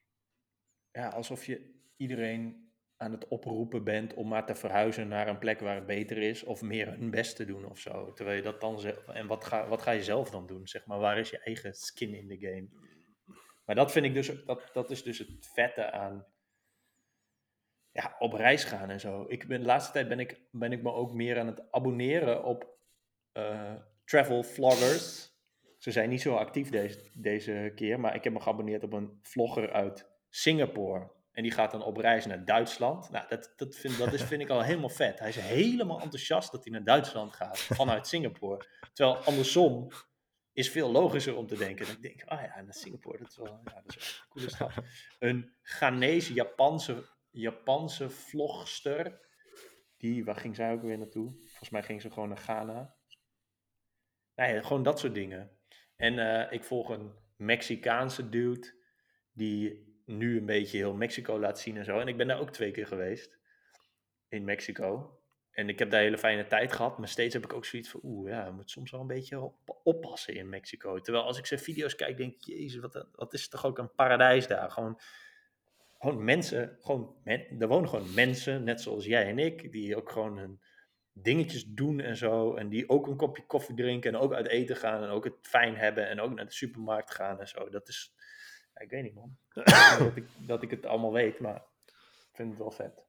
ja, alsof je iedereen aan het oproepen bent om maar te verhuizen naar een plek waar het beter is. Of meer hun best te doen of zo. Terwijl je dat dan zelf... En wat ga, wat ga je zelf dan doen? Zeg maar, waar is je eigen skin in the game? Maar dat vind ik dus... Dat, dat is dus het vette aan... Ja, op reis gaan en zo. Ik ben, de laatste tijd ben ik, ben ik me ook meer aan het abonneren op uh, travel vloggers. Ze zijn niet zo actief deze, deze keer, maar ik heb me geabonneerd op een vlogger uit Singapore. En die gaat dan op reis naar Duitsland. Nou, dat, dat, vind, dat is, vind ik al helemaal vet. Hij is helemaal enthousiast dat hij naar Duitsland gaat vanuit Singapore. Terwijl andersom is veel logischer om te denken. Dat ik denk, ah oh ja, naar Singapore, dat is wel, ja, dat is wel een coole stad. Een Ghanese, Japanse, Japanse vlogster Die, waar ging zij ook weer naartoe? Volgens mij ging ze gewoon naar Ghana. Nee, gewoon dat soort dingen. En uh, ik volg een Mexicaanse dude die nu een beetje heel Mexico laat zien en zo. En ik ben daar ook twee keer geweest in Mexico. En ik heb daar een hele fijne tijd gehad. Maar steeds heb ik ook zoiets van, oeh ja, je moet soms wel een beetje op, oppassen in Mexico. Terwijl als ik zijn video's kijk, denk ik, jezus, wat, wat is toch ook een paradijs daar. Gewoon, gewoon mensen, gewoon men, er wonen gewoon mensen, net zoals jij en ik, die ook gewoon hun dingetjes doen en zo. En die ook een kopje koffie drinken en ook uit eten gaan en ook het fijn hebben en ook naar de supermarkt gaan en zo. Dat is, ja, ik weet niet man. Ik weet niet dat ik, dat ik het allemaal weet, maar ik vind het wel vet.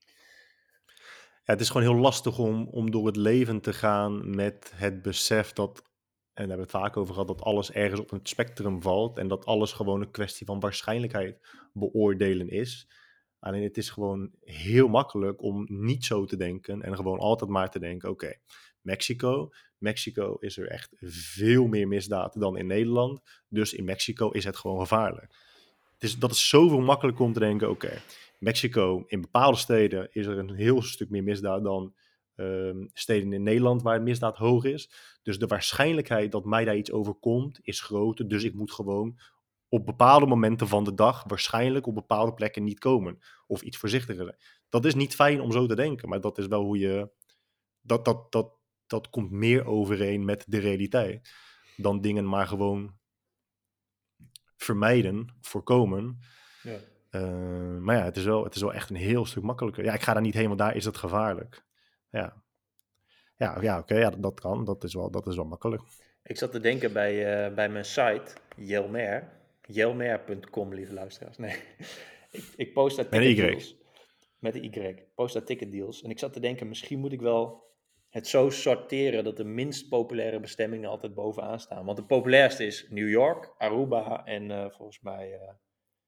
Ja, het is gewoon heel lastig om, om door het leven te gaan met het besef dat, en daar hebben we het vaak over gehad, dat alles ergens op een spectrum valt en dat alles gewoon een kwestie van waarschijnlijkheid beoordelen is. Alleen het is gewoon heel makkelijk om niet zo te denken en gewoon altijd maar te denken, oké, okay, Mexico, Mexico is er echt veel meer misdaad dan in Nederland, dus in Mexico is het gewoon gevaarlijk. Het is, dat is zoveel makkelijker om te denken, oké, okay, Mexico, in bepaalde steden is er een heel stuk meer misdaad dan um, steden in Nederland waar misdaad hoog is. Dus de waarschijnlijkheid dat mij daar iets overkomt is groter. Dus ik moet gewoon op bepaalde momenten van de dag waarschijnlijk op bepaalde plekken niet komen. Of iets voorzichtiger zijn. Dat is niet fijn om zo te denken, maar dat is wel hoe je... Dat, dat, dat, dat komt meer overeen met de realiteit dan dingen maar gewoon vermijden, voorkomen. Ja. Uh, maar ja, het is, wel, het is wel echt een heel stuk makkelijker. Ja, ik ga daar niet helemaal, daar is het gevaarlijk. Ja, ja, ja oké, okay, ja, dat, dat kan. Dat is, wel, dat is wel makkelijk. Ik zat te denken bij, uh, bij mijn site, Jelmer. Jelmer punt com, lieve luisteraars. Nee, ik, ik post daar ticketdeals. Met de Y. Ik post daar ticketdeals. En ik zat te denken, misschien moet ik wel het zo sorteren dat de minst populaire bestemmingen altijd bovenaan staan. Want de populairste is New York, Aruba en uh, volgens mij... Uh,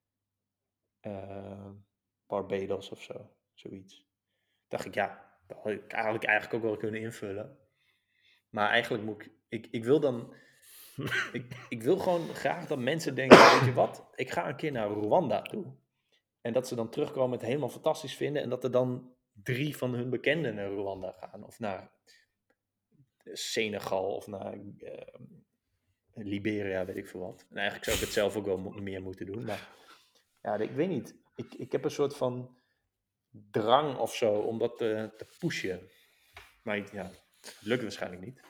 Uh, Barbados of zo, zoiets. Dacht ik, ja, dat had ik eigenlijk, eigenlijk ook wel kunnen invullen. Maar eigenlijk moet ik, ik, ik wil dan, ik, ik wil gewoon graag dat mensen denken, weet je wat, ik ga een keer naar Rwanda toe. En dat ze dan terugkomen met helemaal fantastisch vinden en dat er dan drie van hun bekenden naar Rwanda gaan. Of naar Senegal of naar uh, Liberia, weet ik veel wat. En eigenlijk zou ik het zelf ook wel meer moeten doen, maar ja, ik weet niet. Ik, ik heb een soort van drang of zo om dat te, te pushen. Maar ja, het lukt waarschijnlijk niet.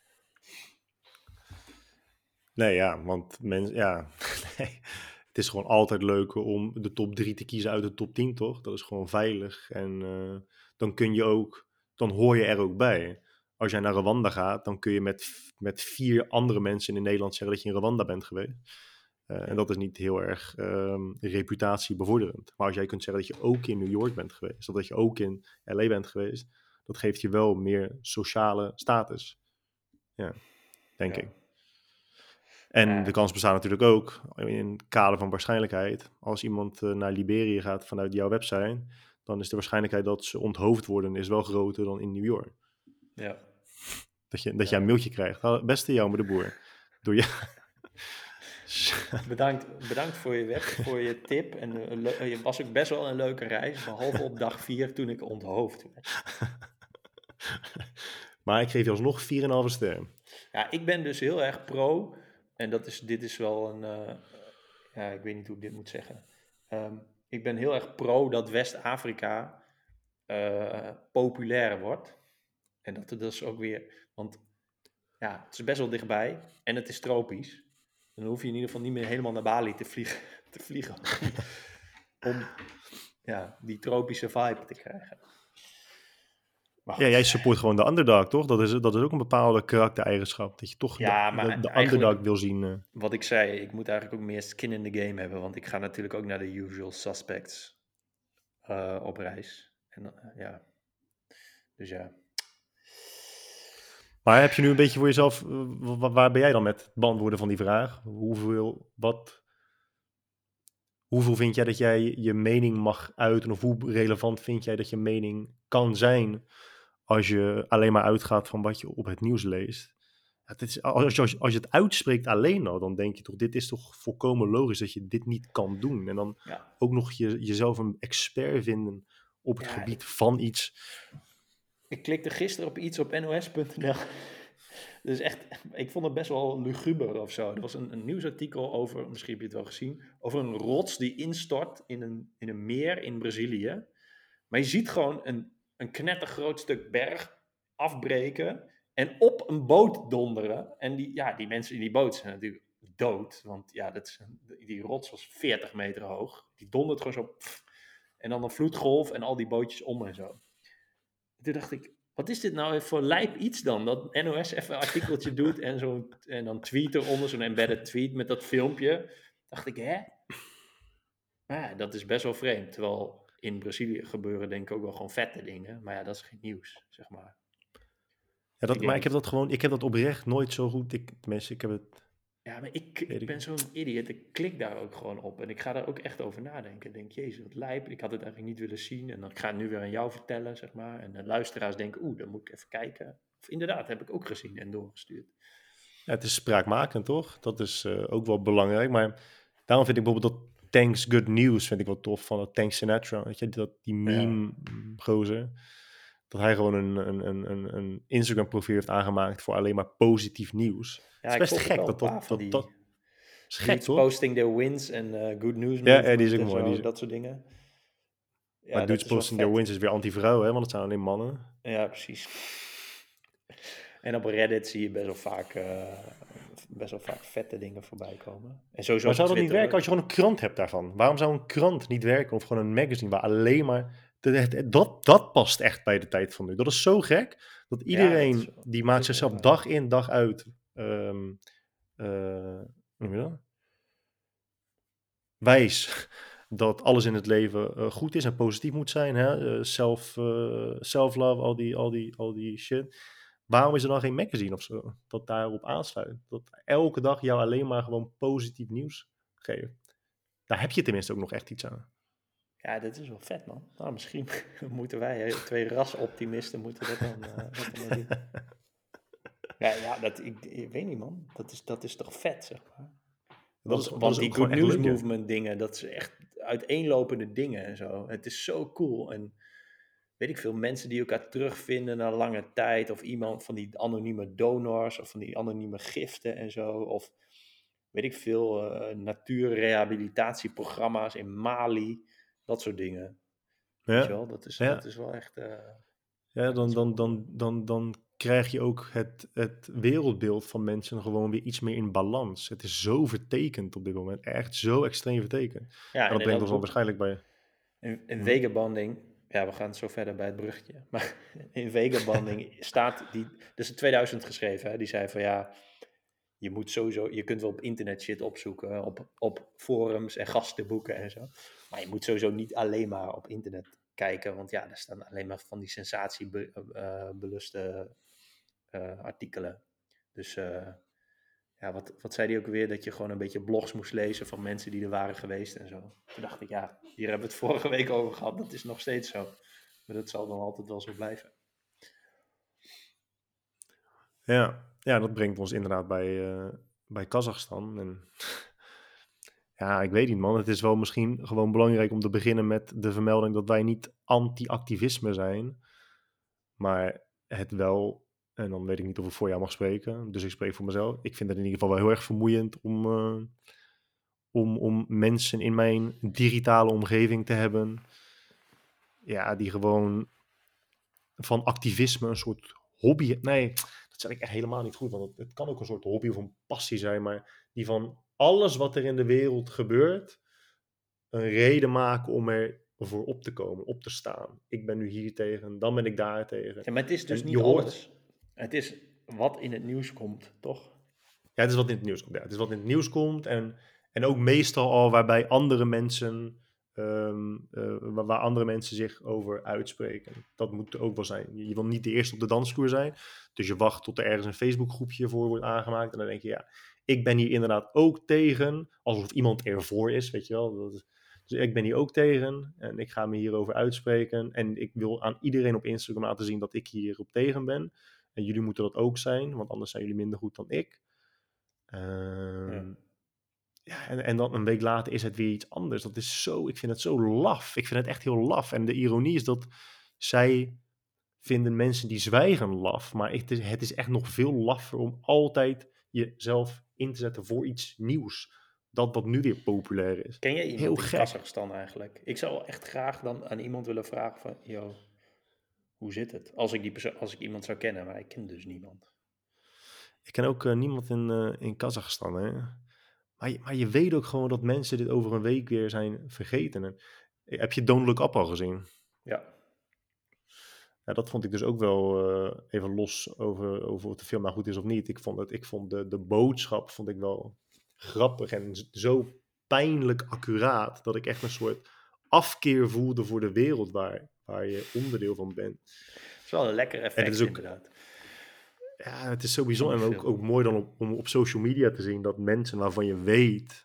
Nee, ja, want mensen, ja, nee. Het is gewoon altijd leuker om de top drie te kiezen uit de top tien, toch? Dat is gewoon veilig en uh, dan kun je ook, dan hoor je er ook bij. Als jij naar Rwanda gaat, dan kun je met, met vier andere mensen in Nederland zeggen dat je in Rwanda bent geweest. Uh, ja. En dat is niet heel erg um, reputatiebevorderend. Maar als jij kunt zeggen dat je ook in New York bent geweest, of dat je ook in L A bent geweest, dat geeft je wel meer sociale status. Ja, denk ja. ik. En ja. De kans bestaat natuurlijk ook, in het kader van waarschijnlijkheid, als iemand uh, naar Liberia gaat vanuit jouw website, dan is de waarschijnlijkheid dat ze onthoofd worden is wel groter dan in New York. Ja. Dat je, dat ja. jij een mailtje krijgt. Beste Jelmer de Boer. Doe je... bedankt, bedankt voor je, web, voor je tip. En uh, le- je was ook best wel een leuke reis, behalve op dag vier toen ik onthoofd werd. Maar ik geef je alsnog vier komma vijf sterren. Ja, ik ben dus heel erg pro. En dat is, dit is wel een... Uh, ja, ik weet niet hoe ik dit moet zeggen. Um, ik ben heel erg pro dat West-Afrika uh, populair wordt. En dat er dus ook weer... Want ja, het is best wel dichtbij. En het is tropisch. Dan hoef je in ieder geval niet meer helemaal naar Bali te vliegen. Te vliegen om, om ja, die tropische vibe te krijgen. Ja, jij support gewoon de underdog, toch? Dat is, dat is ook een bepaalde karaktereigenschap. Dat je toch ja, de, maar de, de underdog wil zien. Uh. Wat ik zei, ik moet eigenlijk ook meer skin in the game hebben. Want ik ga natuurlijk ook naar de usual suspects uh, op reis. En uh, ja, dus ja. Maar heb je nu een beetje voor jezelf, uh, waar ben jij dan met het beantwoorden van die vraag? Hoeveel, wat, hoeveel vind jij dat jij je mening mag uiten? Of hoe relevant vind jij dat je mening kan zijn als je alleen maar uitgaat van wat je op het nieuws leest? Ja, dit is, als, je, als je het uitspreekt alleen al, dan denk je toch, dit is toch volkomen logisch dat je dit niet kan doen. En dan ja. ook nog je, jezelf een expert vinden op het ja, gebied ik... van iets. ik klikte gisteren op iets op N O S punt N L. Dus echt, ik vond het best wel luguber of zo. Er was een, een nieuwsartikel over, misschien heb je het wel gezien, over een rots die instort in een, in een meer in Brazilië. Maar je ziet gewoon een, een knettergroot stuk berg afbreken en op een boot donderen. En die, ja, die mensen in die boot zijn natuurlijk dood, want ja, dat is een, die rots was veertig meter hoog. Die dondert gewoon zo, pff, en dan een vloedgolf en al die bootjes om en zo. Toen dacht ik, wat is dit nou voor lijp iets dan? Dat N O S even een artikeltje doet en, zo, en dan tweet eronder, zo'n embedded tweet met dat filmpje. Dacht ik, hè? Maar ja, dat is best wel vreemd. Terwijl in Brazilië gebeuren denk ik ook wel gewoon vette dingen. Maar ja, dat is geen nieuws, zeg maar. Ja, dat, Ik maar denk ik heb dat, dat gewoon, ik heb dat oprecht nooit zo goed. Ik, tenminste, ik heb het, ja, maar ik, weet ik ik ben niet. zo'n idiot. Ik klik daar ook gewoon op. En ik ga daar ook echt over nadenken. Ik denk, jezus, wat lijp. Ik had het eigenlijk niet willen zien. En dan, ik ga het nu weer aan jou vertellen, zeg maar. En de luisteraars denken, oeh, dan moet ik even kijken. Of inderdaad, heb ik ook gezien en doorgestuurd. Ja, het is spraakmakend, toch? Dat is eh, ook wel belangrijk. Maar daarom vind ik bijvoorbeeld dat Thanks Good News vind ik wel tof van dat Thanks Sinatra. Weet je, dat die Ja, meme-gozer. Dat hij gewoon een, een, een, een, een Instagram-profiel heeft aangemaakt voor alleen maar positief nieuws. Het ja, is ik best volg ook gek wel een dat dat, paar van dat, die dat is gek, dudes toch? posting their wins en eh, good news Ja, ja, die is movement ook en mooi. Die zo, is, dat soort dingen. maar Ja, dat dudes is wel posting their vet. wins is weer anti-vrouw, hè? Want het zijn alleen mannen. Ja, precies. En op Reddit zie je best wel vaak, eh, best wel vaak vette dingen voorbij komen. En sowieso Maar op zou dat niet Twitter werken ook. als je gewoon een krant hebt daarvan? Waarom zou een krant niet werken of gewoon een magazine waar alleen maar... Dat, dat, dat past echt bij de tijd van nu. Dat is zo gek dat Ja, dat is iedereen wel, die dat maakt is wel zichzelf waar. dag in dag uit ehm, eh, hoe noem je dat? Wijs dat alles in het leven eh, goed is en positief moet zijn. Hè? Eh, self, eh, self-love, al die, al, die, al die shit. Waarom is er dan geen magazine of zo dat daarop aansluit? Dat elke dag jou alleen maar gewoon positief nieuws geeft. Daar heb je tenminste ook nog echt iets aan. Ja, dit is wel vet, man. Nou, misschien moeten wij, hè, twee rasoptimisten, moeten dat dan, eh, dat dan maar doen. Ja, ja dat, ik, ik weet niet, man. Dat is, dat is toch vet, zeg maar. Dat Want, is, dat want is die ook good gewoon echt news leuk, hè? movement dingen, dat is echt uiteenlopende dingen en zo. Het is zo cool. En weet ik veel, mensen die elkaar terugvinden na lange tijd. Of iemand van die anonieme donors of van die anonieme giften en zo. Of weet ik veel, uh, natuurrehabilitatieprogramma's in Mali. Dat soort dingen. Weet je Ja, wel, dat is, dat ja, is wel echt, uh, ja ja, dat dan, is wel dan, cool. dan, dan, dan krijg je ook het, het wereldbeeld van mensen gewoon weer iets meer in balans. Het is zo vertekend op dit moment. Echt zo extreem vertekend. En Ja, en dat in brengt dat ons dan boek, waarschijnlijk bij... in, in Hm? vagabonding, ja, we gaan zo verder bij het bruggetje. Maar in vagabonding staat die, dus in tweeduizend geschreven, hè, die zei van ja, je moet sowieso, je kunt wel op internet shit opzoeken, op, op forums en gastenboeken en zo. Maar je moet sowieso niet alleen maar op internet kijken, want ja, daar staan alleen maar van die sensatiebeluste uh, artikelen. Dus uh, ja, wat, wat zei die ook weer? Dat je gewoon een beetje blogs moest lezen van mensen die er waren geweest en zo. Toen dacht ik, ja, hier hebben we het vorige week over gehad. Dat is nog steeds zo. Maar dat zal dan altijd wel zo blijven. Ja, ja, dat brengt ons inderdaad bij, uh, bij Kazachstan. En ja, ik weet niet, man. Het is wel misschien gewoon belangrijk om te beginnen met de vermelding dat wij niet anti-activisme zijn, maar het wel, en dan weet ik niet of ik voor jou mag spreken, dus ik spreek voor mezelf. Ik vind het in ieder geval wel heel erg vermoeiend om, uh, om, om mensen in mijn digitale omgeving te hebben, ja, die gewoon van activisme een soort hobby... Nee, dat zeg ik echt helemaal niet goed, want het, het kan ook een soort hobby of een passie zijn, maar die van alles wat er in de wereld gebeurt een reden maken om er voor op te komen, op te staan. Ik ben nu hier tegen, dan ben ik daar tegen. Ja, maar het is dus En je niet hoort... alles. Het is wat in het nieuws komt, toch? Ja, het is wat in het nieuws komt. Ja. Het is wat in het nieuws komt en, en ook meestal al waarbij andere mensen... Um, uh, waar, waar andere mensen zich over uitspreken. Dat moet ook wel zijn. Je, je wil niet de eerste op de dansvloer zijn. Dus je wacht tot er ergens een Facebookgroepje voor wordt aangemaakt. En dan denk je, ja, ik ben hier inderdaad ook tegen. Alsof iemand ervoor is, weet je wel. Dat is, dus ik ben hier ook tegen. En ik ga me hierover uitspreken. En ik wil aan iedereen op Instagram laten zien dat ik hierop tegen ben. En jullie moeten dat ook zijn. Want anders zijn jullie minder goed dan ik. Um, Ja. Ja, en, en dan een week later is het weer iets anders. Dat is zo, ik vind het zo laf. Ik vind het echt heel laf. En de ironie is dat zij vinden mensen die zwijgen laf. Maar het is, het is echt nog veel laffer om altijd jezelf in te zetten voor iets nieuws. Dat wat nu weer populair is. Ken jij Heel iemand in gek. Kazachstan eigenlijk? Ik zou echt graag dan aan iemand willen vragen van, yo, hoe zit het? Als ik, die perso- als ik iemand zou kennen, maar ik ken dus niemand. Ik ken ook uh, niemand in, uh, in Kazachstan. Hè? Maar, je, maar je weet ook gewoon dat mensen dit over een week weer zijn vergeten. En, heb je Don't Look Up al gezien? Ja. Ja, dat vond ik dus ook wel uh, even los over, over of de film nou goed is of niet. Ik vond, het, ik vond de, de boodschap vond ik wel grappig en zo pijnlijk accuraat dat ik echt een soort afkeer voelde voor de wereld waar, waar je onderdeel van bent. Het is wel een lekker effect, en het is ook, inderdaad. Ja, het is zo bijzonder en ook, ook mooi dan op, om op social media te zien dat mensen waarvan je weet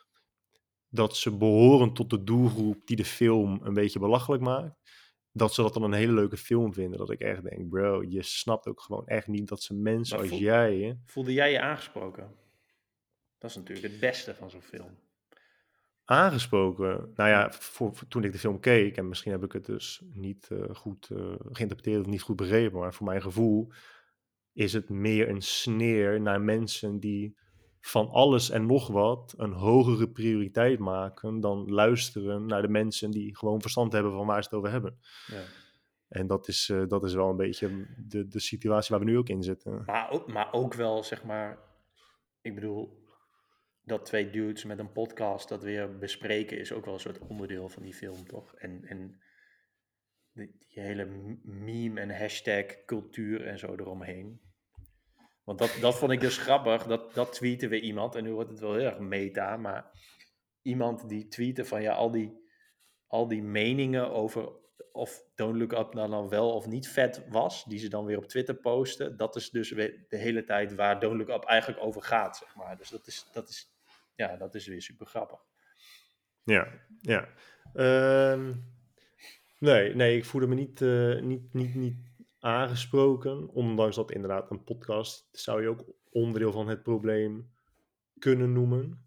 dat ze behoren tot de doelgroep die de film een beetje belachelijk maakt, dat ze dat dan een hele leuke film vinden. Dat ik echt denk, bro, je snapt ook gewoon echt niet dat ze mensen maar als voel, jij... Hè? Voelde jij je aangesproken? Dat is natuurlijk het beste van zo'n film. Aangesproken? Nou ja, voor, voor, toen ik de film keek, en misschien heb ik het dus niet uh, goed uh, geïnterpreteerd of niet goed begrepen, maar voor mijn gevoel is het meer een sneer naar mensen die van alles en nog wat een hogere prioriteit maken dan luisteren naar de mensen die gewoon verstand hebben van waar ze het over hebben. Ja. En dat is, uh, dat is wel een beetje de, de situatie waar we nu ook in zitten. Maar ook, maar ook wel, zeg maar, ik bedoel, dat twee dudes met een podcast dat weer bespreken is ook wel een soort onderdeel van die film, toch? En, en die, die hele meme en hashtag cultuur en zo eromheen. Want dat, dat vond ik dus grappig, dat, dat tweette weer iemand, en nu wordt het wel heel erg meta, maar iemand die tweette van ja, al die, al die meningen over of Don't Look Up nou, nou wel of niet vet was, die ze dan weer op Twitter posten, dat is dus weer de hele tijd waar Don't Look Up eigenlijk over gaat, zeg maar. Dus dat is, dat is, ja, dat is weer super grappig. Ja, ja. Um, nee, nee, ik voelde me niet, uh, niet, niet, niet aangesproken, ondanks dat inderdaad een podcast zou je ook onderdeel van het probleem kunnen noemen.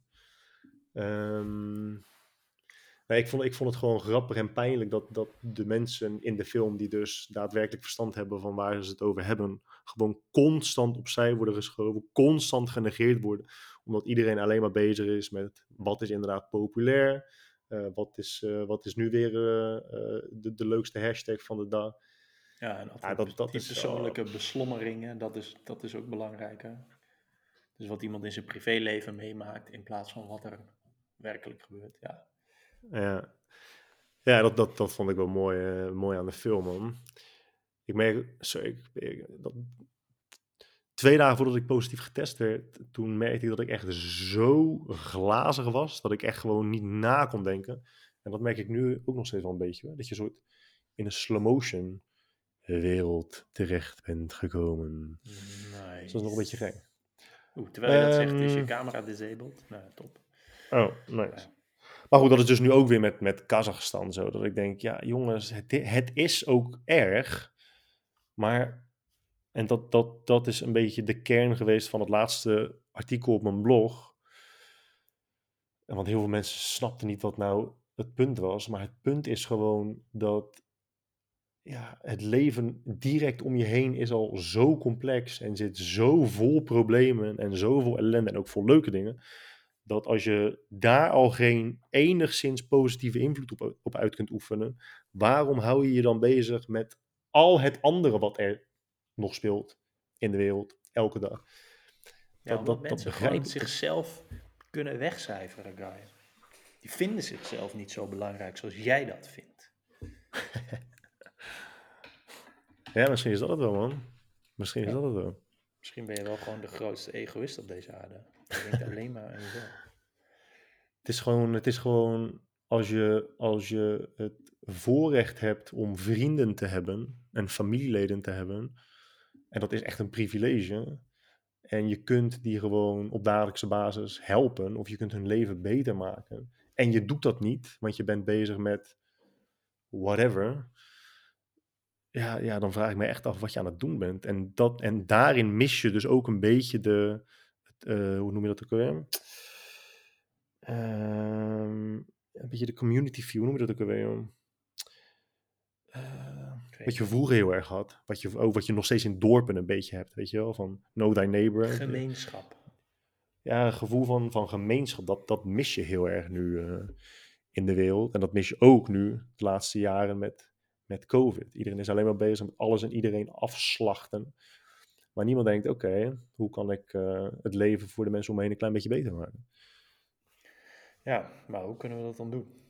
Um, nee, ik, vond, ik vond het gewoon grappig en pijnlijk dat, dat de mensen in de film die dus daadwerkelijk verstand hebben van waar ze het over hebben, gewoon constant opzij worden geschoven, constant genegeerd worden, omdat iedereen alleen maar bezig is met wat is inderdaad populair, uh, wat, is, uh, wat is nu weer uh, uh, de, de leukste hashtag van de dag. Ja, en ja, dat, dat die is persoonlijke uh, beslommeringen, dat is, dat is ook belangrijk. Hè? Dus wat iemand in zijn privéleven meemaakt in plaats van wat er werkelijk gebeurt. Ja, ja. Ja, dat, dat, dat vond ik wel mooi, uh, mooi aan de film, man. Ik merk, sorry, ik, ik, dat, twee dagen voordat ik positief getest werd, toen merkte ik dat ik echt zo glazig was, dat ik echt gewoon niet na kon denken. En dat merk ik nu ook nog steeds wel een beetje, hè? Dat je soort in een slow motion wereld terecht bent gekomen. Nice. Dus dat is nog een beetje gek. Oeh, terwijl je um, dat zegt, is je camera disabled? Nou, top. Oh, nice. Ja. Maar goed, dat is dus nu ook weer met, met Kazachstan zo. Dat ik denk, ja jongens, het, het is ook erg. Maar, en dat, dat, dat is een beetje de kern geweest van het laatste artikel op mijn blog. Want heel veel mensen snapten niet wat nou het punt was. Maar het punt is gewoon dat ja, het leven direct om je heen is al zo complex. En zit zo vol problemen en zoveel ellende en ook vol leuke dingen. Dat als je daar al geen enigszins positieve invloed op, op uit kunt oefenen, waarom hou je je dan bezig met al het andere wat er nog speelt in de wereld, elke dag? Ja, dat, dat, mensen dat gewoon zichzelf kunnen wegcijferen, guy. Die vinden zichzelf niet zo belangrijk zoals jij dat vindt. Ja, misschien is dat het wel, man. Misschien is ja. dat het wel. Misschien ben je wel gewoon de grootste egoïst op deze aarde. Je denkt alleen maar aan jezelf. Het is gewoon, het is gewoon als, je, als je het voorrecht hebt om vrienden te hebben en familieleden te hebben, en dat is echt een privilege, en je kunt die gewoon op dagelijkse basis helpen, of je kunt hun leven beter maken, en je doet dat niet, want je bent bezig met whatever, ja, ja, dan vraag ik me echt af wat je aan het doen bent. En, dat, en daarin mis je dus ook een beetje de, uh, hoe noem je dat ook alweer? Um, een beetje de community view, hoe noem je dat ook alweer? Uh, wat je vroeger heel erg had. Wat je, ook wat je nog steeds in dorpen een beetje hebt, weet je wel. Van know thy neighbor. Gemeenschap. Ja, een gevoel van, van gemeenschap. Dat, dat mis je heel erg nu uh, in de wereld. En dat mis je ook nu de laatste jaren met, met COVID. Iedereen is alleen maar bezig met alles en iedereen afslachten. Maar niemand denkt, oké, okay, hoe kan ik uh, het leven voor de mensen om me heen een klein beetje beter maken? Ja, maar hoe kunnen we dat dan doen?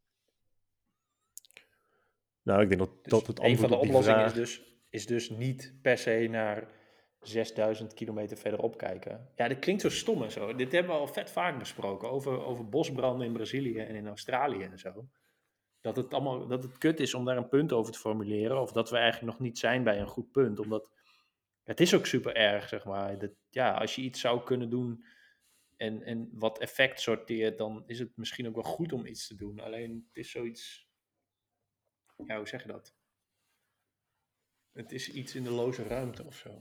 Nou, ik denk dat, Dus dat het een van antwoord de op die oplossingen vraag... is dus, is dus niet per se naar zesduizend kilometer verderop kijken. Ja, dit klinkt zo stom en zo. Dit hebben we al vet vaak besproken. Over, over bosbranden in Brazilië en in Australië en zo. Dat het allemaal, dat het kut is om daar een punt over te formuleren. Of dat we eigenlijk nog niet zijn bij een goed punt. Omdat het is ook super erg, zeg maar. Dat, ja, als je iets zou kunnen doen en, en wat effect sorteert, dan is het misschien ook wel goed om iets te doen. Alleen het is zoiets... Ja, hoe zeg je dat? Het is iets in de loze ruimte of zo.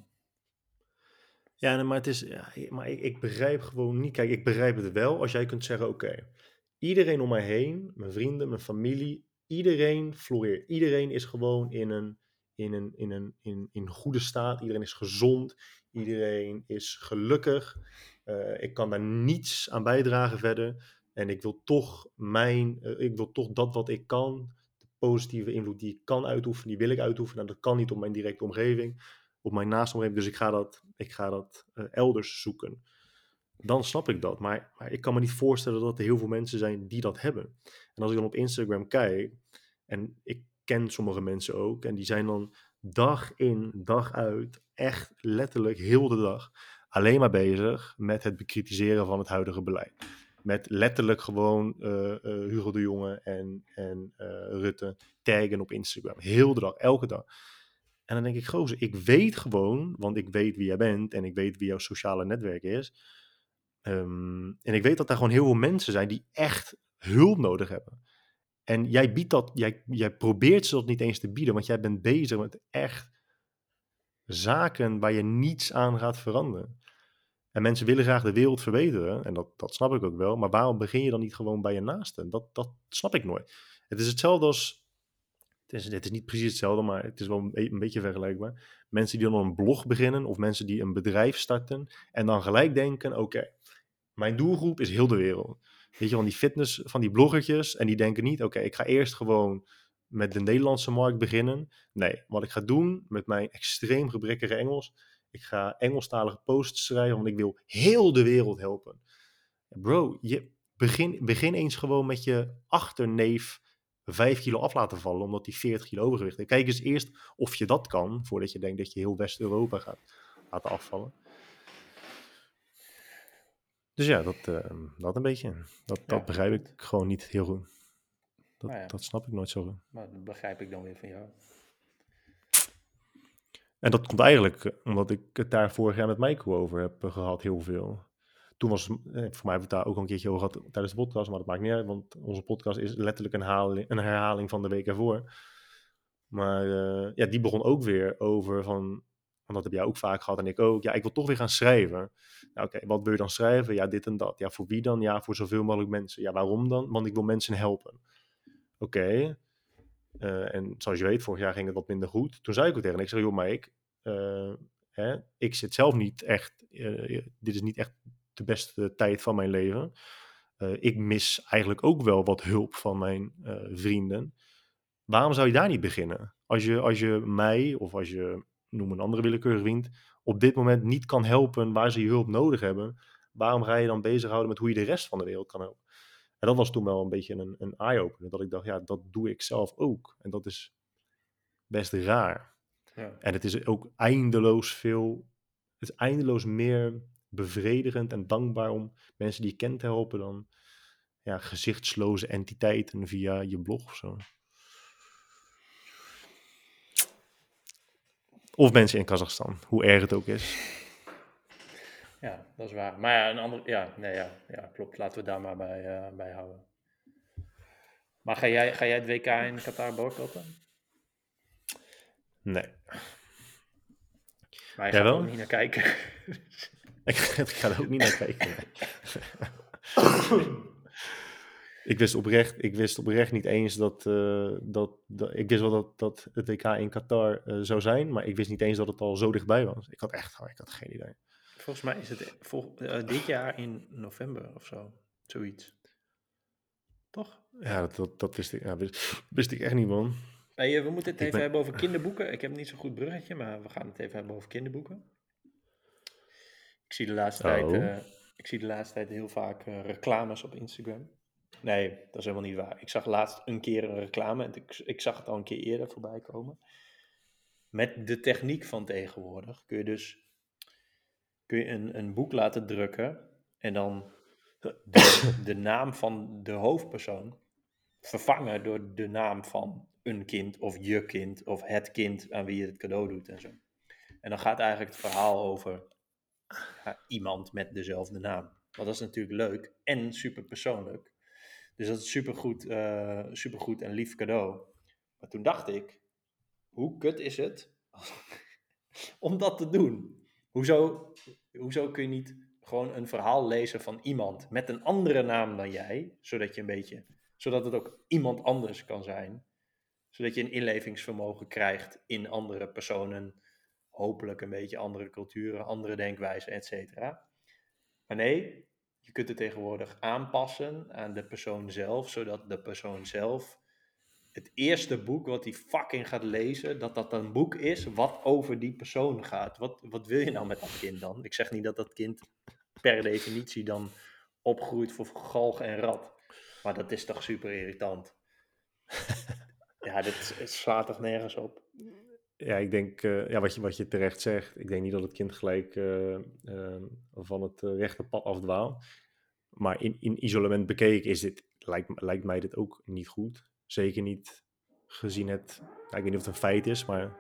Ja, nee, maar, het is, ja, maar ik, ik begrijp gewoon niet. Kijk, ik begrijp het wel als jij kunt zeggen, oké, okay, iedereen om mij heen, mijn vrienden, mijn familie, iedereen floreert. Iedereen is gewoon in een, in een, in een in, in goede staat. Iedereen is gezond. Iedereen is gelukkig. Uh, ik kan daar niets aan bijdragen verder. En ik wil toch mijn, uh, ik wil toch dat wat ik kan, de positieve invloed die ik kan uitoefenen, die wil ik uitoefenen. En dat kan niet op mijn directe omgeving, op mijn naaste omgeving. Dus ik ga dat, ik ga dat uh, elders zoeken. Dan snap ik dat. Maar, maar ik kan me niet voorstellen dat er heel veel mensen zijn die dat hebben. En als ik dan op Instagram kijk, en ik ken sommige mensen ook, en die zijn dan dag in, dag uit, echt letterlijk heel de dag, alleen maar bezig met het bekritiseren van het huidige beleid. Met letterlijk gewoon uh, uh, Hugo de Jonge en, en uh, Rutte taggen op Instagram. Heel de dag, elke dag. En dan denk ik, gozer, ik weet gewoon, want ik weet wie jij bent en ik weet wie jouw sociale netwerk is. Um, en ik weet dat er gewoon heel veel mensen zijn die echt hulp nodig hebben. En jij biedt dat, jij, jij probeert ze dat niet eens te bieden, want jij bent bezig met echt zaken waar je niets aan gaat veranderen. En mensen willen graag de wereld verbeteren, en dat, dat snap ik ook wel, maar waarom begin je dan niet gewoon bij je naasten? Dat, dat snap ik nooit. Het is hetzelfde als, het is, het is niet precies hetzelfde, maar het is wel een, een beetje vergelijkbaar. Mensen die dan een blog beginnen, of mensen die een bedrijf starten, en dan gelijk denken, oké, okay, mijn doelgroep is heel de wereld. Weet je, van die fitness, van die bloggertjes. En die denken niet, oké, okay, ik ga eerst gewoon met de Nederlandse markt beginnen. Nee, wat ik ga doen met mijn extreem gebrekkige Engels. Ik ga Engelstalige posts schrijven, want ik wil heel de wereld helpen. Bro, je begin, begin eens gewoon met je achterneef vijf kilo af laten vallen, omdat hij veertig kilo overgewicht heeft. Kijk eens eerst of je dat kan, voordat je denkt dat je heel West-Europa gaat laten afvallen. Dus ja, dat, uh, dat een beetje. Dat, dat ja, begrijp ik gewoon niet heel goed. Dat, ja, dat snap ik nooit zo goed. Maar dat begrijp ik dan weer van jou. En dat komt eigenlijk omdat ik het daar vorig jaar met Michael over heb gehad, heel veel. Toen was, voor mij hebben we het daar ook al een keertje over gehad tijdens de podcast, maar dat maakt niet uit, want onze podcast is letterlijk een herhaling, een herhaling van de week ervoor. Maar uh, ja, die begon ook weer over van, want dat heb jij ook vaak gehad en ik ook. Ja, ik wil toch weer gaan schrijven. Nou, oké, okay, wat wil je dan schrijven? Ja, dit en dat. Ja, voor wie dan? Ja, voor zoveel mogelijk mensen. Ja, waarom dan? Want ik wil mensen helpen. Oké. Okay. Uh, en zoals je weet, vorig jaar ging het wat minder goed. Toen zei ik ook tegen hem, ik zeg, joh, maar ik, uh, hè, ik zit zelf niet echt, uh, dit is niet echt de beste tijd van mijn leven. Uh, ik mis eigenlijk ook wel wat hulp van mijn uh, vrienden. Waarom zou je daar niet beginnen? Als je, als je mij, of als je, noem een andere willekeurige vriend, op dit moment niet kan helpen waar ze je hulp nodig hebben, waarom ga je dan bezighouden met hoe je de rest van de wereld kan helpen? En dat was toen wel een beetje een, een eye-opener, dat ik dacht, ja, dat doe ik zelf ook. En dat is best raar. Ja. En het is ook eindeloos veel, het is eindeloos meer bevredigend en dankbaar om mensen die je kent te helpen dan ja, gezichtsloze entiteiten via je blog of zo. Of mensen in Kazachstan, hoe erg het ook is. Ja, dat is waar. Maar ja, een ander, ja, nee, ja, ja, klopt. Laten we daar maar bij, uh, bij houden. Maar ga jij, ga jij het W K in Qatar boycotten? Nee. Maar je gaat er ook niet naar kijken. ik, ik ga er ook niet naar kijken. Ik wist oprecht, ik wist oprecht niet eens dat, uh, dat, dat... Ik wist wel dat, dat het W K in Qatar uh, zou zijn, maar ik wist niet eens dat het al zo dichtbij was. Ik had echt oh, ik had geen idee. Volgens mij is het vol, uh, dit jaar in november of zo. Zoiets. Toch? Ja, dat, dat, dat wist, ik, ja, wist, wist ik echt niet, man. Hey, we moeten het ik even ben... hebben over kinderboeken. Ik heb niet zo'n goed bruggetje, maar we gaan het even hebben over kinderboeken. Ik zie de laatste, oh. tijd, uh, ik zie de laatste tijd heel vaak uh, reclames op Instagram. Nee, dat is helemaal niet waar. Ik zag laatst een keer een reclame en ik, ik zag het al een keer eerder voorbij komen. Met de techniek van tegenwoordig kun je dus kun je een, een boek laten drukken en dan de, de naam van de hoofdpersoon vervangen door de naam van een kind of je kind of het kind aan wie je het cadeau doet en zo. En dan gaat eigenlijk het verhaal over ja, iemand met dezelfde naam. Want dat is natuurlijk leuk en super persoonlijk. Dus dat is supergoed, uh, supergoed en lief cadeau. Maar toen dacht ik, hoe kut is het om dat te doen? Hoezo, hoezo kun je niet gewoon een verhaal lezen van iemand met een andere naam dan jij, zodat je een beetje, zodat het ook iemand anders kan zijn, zodat je een inlevingsvermogen krijgt in andere personen, hopelijk een beetje andere culturen, andere denkwijzen, et cetera. Maar nee, je kunt het tegenwoordig aanpassen aan de persoon zelf, zodat de persoon zelf het eerste boek wat hij fucking gaat lezen, dat dat een boek is wat over die persoon gaat. Wat, wat wil je nou met dat kind dan? Ik zeg niet dat dat kind per definitie dan opgroeit voor galg en rat. Maar dat is toch super irritant. Ja, dit slaat toch nergens op. Ja, ik denk, uh, ja, wat je, wat je terecht zegt, ik denk niet dat het kind gelijk uh, uh, van het uh, rechte pad afdwaalt. Maar in, in isolement bekeken is dit, lijkt, lijkt mij dit ook niet goed. Zeker niet gezien het, nou, ik weet niet of het een feit is, maar...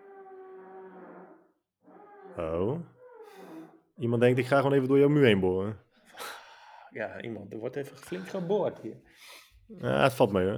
Oh. Iemand denkt, ik ga gewoon even door jouw muur heen boren. Ja, iemand, er wordt even flink geboord hier. Ja, het valt mee hoor.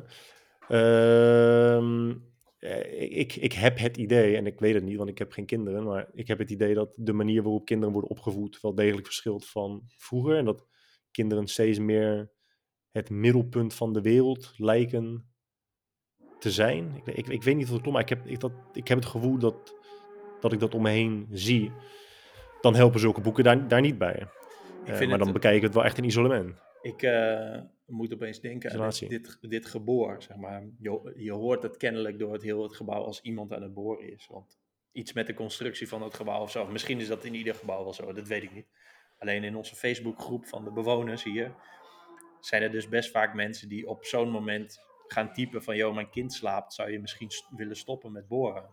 Uh, ik, ik heb het idee, en ik weet het niet, want ik heb geen kinderen, maar ik heb het idee dat de manier waarop kinderen worden opgevoed wel degelijk verschilt van vroeger. En dat kinderen steeds meer het middelpunt van de wereld lijken te zijn. Ik, ik, ik weet niet of het klopt, maar ik heb, ik, dat, ik heb het gevoel dat, dat ik dat om me heen zie. Dan helpen zulke boeken daar, daar niet bij. Uh, maar dan het, bekijk ik het wel echt in isolement. Ik uh, moet opeens denken Isolatie. aan dit, dit, dit geboor, zeg maar. Je, je hoort het kennelijk door het heel het gebouw als iemand aan het boren is. Want iets met de constructie van het gebouw of zo. Misschien is dat in ieder gebouw wel zo, dat weet ik niet. Alleen in onze Facebookgroep van de bewoners hier zijn er dus best vaak mensen die op zo'n moment gaan typen van, joh, mijn kind slaapt, zou je misschien st- willen stoppen met boren?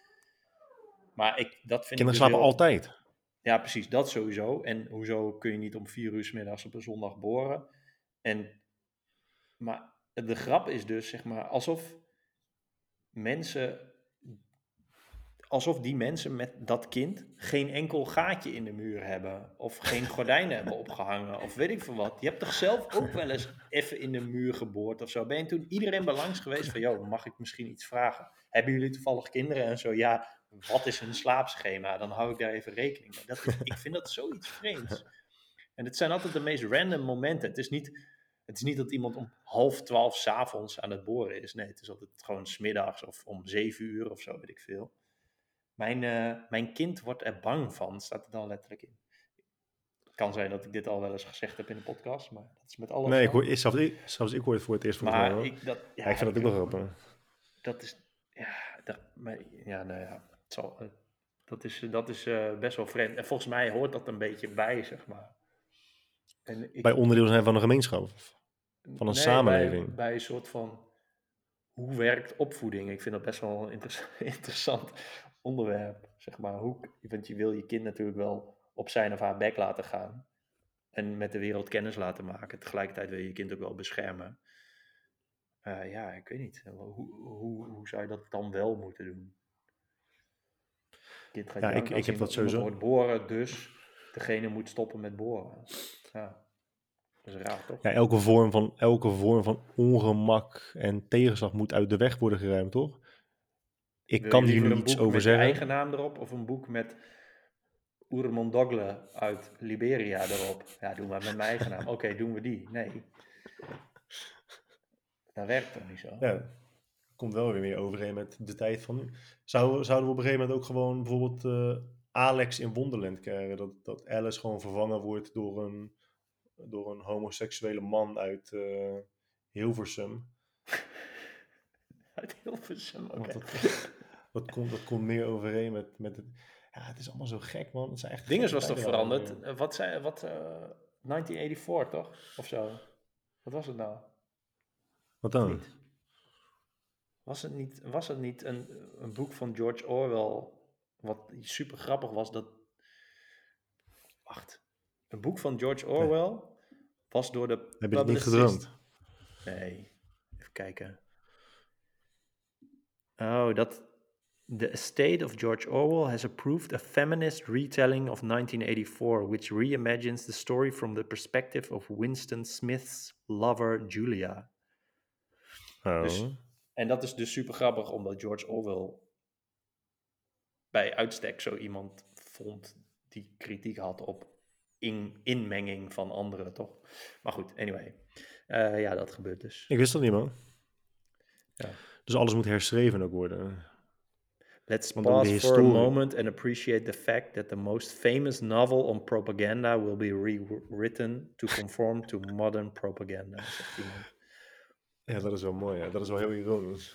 Maar ik, dat vind Kinderen ik dus slapen heel... altijd. Ja, precies, dat sowieso. En hoezo kun je niet om vier uur 's middags op een zondag boren? En, maar de grap is dus, zeg maar, alsof mensen, alsof die mensen met dat kind geen enkel gaatje in de muur hebben. Of geen gordijnen hebben opgehangen. Of weet ik veel wat. Je hebt toch zelf ook wel eens even in de muur geboord of zo. Ben je toen iedereen bij langs geweest van, joh, mag ik misschien iets vragen? Hebben jullie toevallig kinderen en zo? Ja, wat is hun slaapschema? Dan hou ik daar even rekening mee. Dat is, ik vind dat zoiets vreemds. En het zijn altijd de meest random momenten. Het is niet, het is niet dat iemand om half twaalf 's avonds aan het boren is. Nee, het is altijd gewoon 's middags of om zeven uur of zo, weet ik veel. Mijn, uh, mijn kind wordt er bang van, staat er dan letterlijk in. Het kan zijn dat ik dit al wel eens gezegd heb in de podcast, maar dat is met alles. Nee, ik hoor, zelfs, ik, zelfs ik hoor het voor het eerst volgens maar mij. Ik, dat, ja, ja, ik vind dat ook wel grappig. Dat is, ja, dat, maar, ja, nou ja, het zal, uh, dat is, dat is uh, best wel vreemd. En volgens mij hoort dat een beetje bij, zeg maar. En ik, bij onderdeel zijn van een gemeenschap? Van een nee, samenleving? Bij, bij een soort van, hoe werkt opvoeding? Ik vind dat best wel een inter- interessant onderwerp, zeg maar. Hoe, want je wil je kind natuurlijk wel op zijn of haar bek laten gaan. En met de wereld kennis laten maken. Tegelijkertijd wil je je kind ook wel beschermen. Uh, ja, ik weet niet. Hoe, hoe, hoe zou je dat dan wel moeten doen? Kind gaat ja, janken ik, ik heb iemand, dat sowieso. Iemand wordt boren, dus degene moet stoppen met boren. Ja, dat is raar, toch? Ja, elke vorm van, elke vorm van ongemak en tegenslag moet uit de weg worden geruimd, toch? Ik wil kan je hier nu een iets boek over met zeggen. je eigen naam erop of een boek met Oermondogle uit Liberia erop? Ja, doen we met mijn eigen naam. Oké, okay, doen we die. Nee. Dat werkt toch niet zo? Ja, komt wel weer meer overeen met de tijd van nu. Zou, zouden we op een gegeven moment ook gewoon bijvoorbeeld uh, Alex in Wonderland krijgen? Dat, dat Alice gewoon vervangen wordt door een, door een homoseksuele man uit uh, Hilversum. Uit Hilversum, oké. Okay. Dat, dat, komt, dat komt meer overeen met, met het... Ja, het is allemaal zo gek, man. Het zijn echt Dinges was toch veranderd? Al, wat zei, wat, uh, negentien eenennegentig, toch? Of zo? Wat was het nou? Wat dan? Niet? Was het niet, was het niet een, een boek van George Orwell, wat super grappig was, dat... Wacht. Een boek van George Orwell nee. was door de Heb je het niet gedroomd? Nee. Even kijken. Oh, dat... The estate of George Orwell has approved a feminist retelling of negentien eenennegentig, which reimagines the story from the perspective of Winston Smith's lover Julia. Oh. Dus, en dat is dus super grappig, omdat George Orwell bij uitstek zo iemand vond die kritiek had op in, inmenging van anderen, toch? Maar goed, anyway. Uh, ja, dat gebeurt dus. Ik wist dat niet, man. Ja. Dus alles moet herschreven ook worden. Let's pause for a moment and appreciate the fact that the most famous novel on propaganda will be rewritten to conform to modern propaganda, zegt iemand. Ja, dat is wel mooi. Ja. Dat is wel heel ironisch.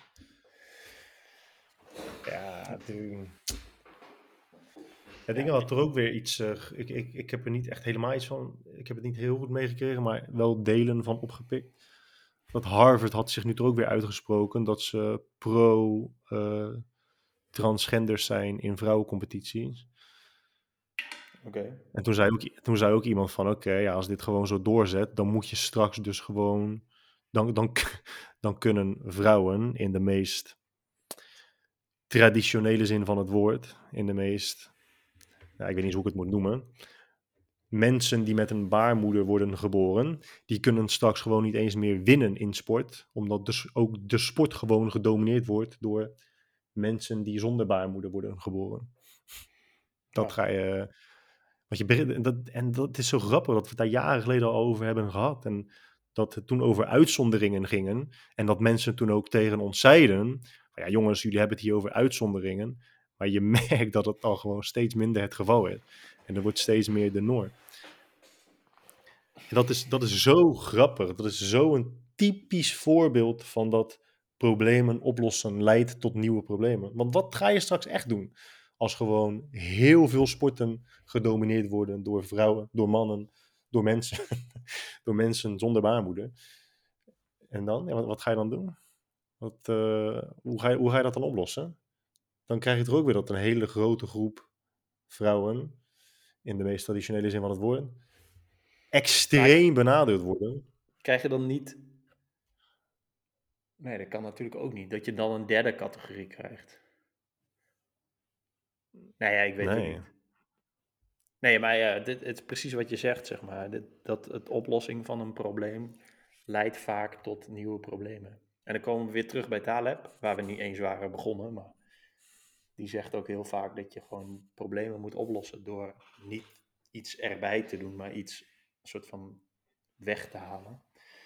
Ja, dude. Het ding had er ook weer iets... Uh, ik, ik, ik heb er niet echt helemaal iets van... Ik heb het niet heel goed meegekregen, maar wel delen van opgepikt. Dat Harvard had zich nu toch ook weer uitgesproken dat ze pro... Uh, transgenders zijn in vrouwencompetities. Oké. Okay. En toen zei, ook, toen zei ook iemand van... Oké, okay, ja, als dit gewoon zo doorzet... dan moet je straks dus gewoon... Dan, dan, dan kunnen vrouwen in de meest traditionele zin van het woord... in de meest... Ja, ik weet niet hoe ik het moet noemen... Mensen die met een baarmoeder worden geboren... die kunnen straks gewoon niet eens meer winnen in sport... omdat dus ook de sport gewoon gedomineerd wordt... door mensen die zonder baarmoeder worden geboren. Dat ga je... Want je dat, en dat is zo grappig dat we het daar jaren geleden al over hebben gehad. En dat het toen over uitzonderingen gingen. En dat mensen toen ook tegen ons zeiden... Ja, jongens, jullie hebben het hier over uitzonderingen. Maar je merkt dat het al gewoon steeds minder het geval is. En er wordt steeds meer de norm. En dat is, dat is zo grappig. Dat is zo'n typisch voorbeeld van dat problemen oplossen leidt tot nieuwe problemen. Want wat ga je straks echt doen? Als gewoon heel veel sporten gedomineerd worden door vrouwen, door mannen, door mensen, door mensen zonder baarmoeder. En dan, ja, wat, wat ga je dan doen? Wat, uh, hoe, ga je, hoe ga je dat dan oplossen? Dan krijg je toch ook weer dat een hele grote groep vrouwen, in de meest traditionele zin van het woord, extreem je, benadeeld worden. Krijg je dan niet... Nee, dat kan natuurlijk ook niet. Dat je dan een derde categorie krijgt. Nou ja, ik weet nee. het niet. Nee, maar ja, dit, het is precies wat je zegt, zeg maar. Dit, dat het oplossing van een probleem leidt vaak tot nieuwe problemen. En dan komen we weer terug bij Taleb, waar we niet eens waren begonnen, maar die zegt ook heel vaak dat je gewoon problemen moet oplossen door niet iets erbij te doen, maar iets een soort van weg te halen.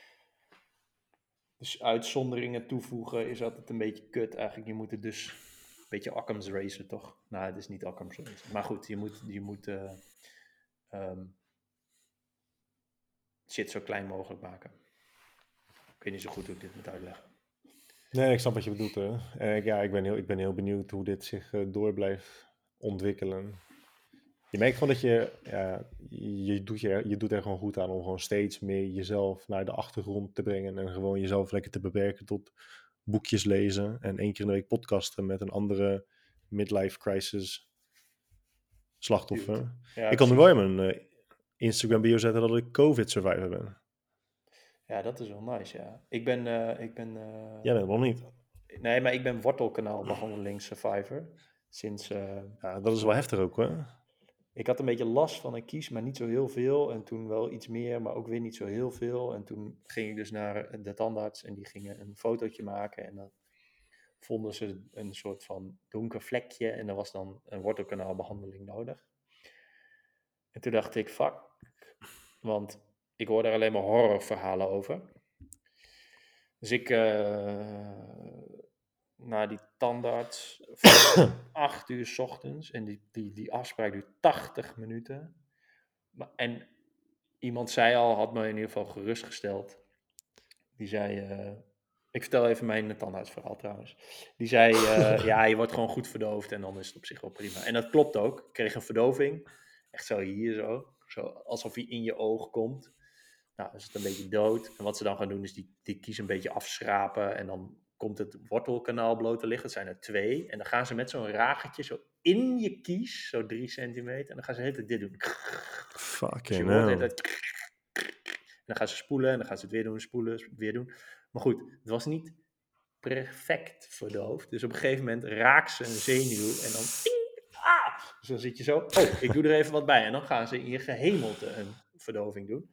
Dus uitzonderingen toevoegen is altijd een beetje kut. Eigenlijk, je moet het dus een beetje Occam's racen, toch? Nou, het is niet Occam's racen. Maar goed, je moet, je moet uh, um, shit zo klein mogelijk maken. Ik weet niet zo goed hoe ik dit moet uitleggen. Nee, ik snap wat je bedoelt. Hè. En ja, ik ben, heel, ik ben heel benieuwd hoe dit zich uh, door blijft ontwikkelen. Je merkt gewoon dat je, ja, je, doet je, je doet er gewoon goed aan om gewoon steeds meer jezelf naar de achtergrond te brengen en gewoon jezelf lekker te beperken tot boekjes lezen en één keer in de week podcasten met een andere midlife crisis slachtoffer. Ja, ik kan nu wel in mijn uh, Instagram bio zetten dat ik COVID survivor ben. Ja, dat is wel nice, ja. Ik ben... Uh, ik ben uh, Jij bent wel niet. Nee, maar ik ben wortelkanaalbehandeling survivor. Sinds... Uh, ja, dat is wel heftig ook, hoor. Ik had een beetje last van een kies, maar niet zo heel veel. En toen wel iets meer, maar ook weer niet zo heel veel. En toen ging ik dus naar de tandarts en die gingen een fotootje maken. En dan vonden ze een soort van donker vlekje. En er was dan een wortelkanaalbehandeling nodig. En toen dacht ik, fuck. Want ik hoor daar alleen maar horrorverhalen over. Dus ik uh, naar die tandarts van acht uur 's ochtends. En die, die, die afspraak duurt tachtig minuten. Maar, en iemand zei al, had me in ieder geval gerustgesteld. Die zei, uh, ik vertel even mijn tandartsverhaal trouwens. Die zei, uh, ja, je wordt gewoon goed verdoofd en dan is het op zich wel prima. En dat klopt ook. Ik kreeg een verdoving. Echt zo hier zo. zo alsof hij in je oog komt. Nou, is het een beetje dood. En wat ze dan gaan doen is die, die kies een beetje afschrapen. En dan komt het wortelkanaal bloot te liggen. Het zijn er twee. En dan gaan ze met zo'n ragertje zo in je kies. Zo drie centimeter. En dan gaan ze het dit doen. Fucking dus hell. Het... En dan gaan ze spoelen. En dan gaan ze het weer doen. Spoelen. Weer doen. Maar goed, het was niet perfect verdoofd. Dus op een gegeven moment raakt ze een zenuw. En dan... Ah! Dus dan zit je zo. Oh, ik doe er even wat bij. En dan gaan ze in je gehemelte een verdoving doen.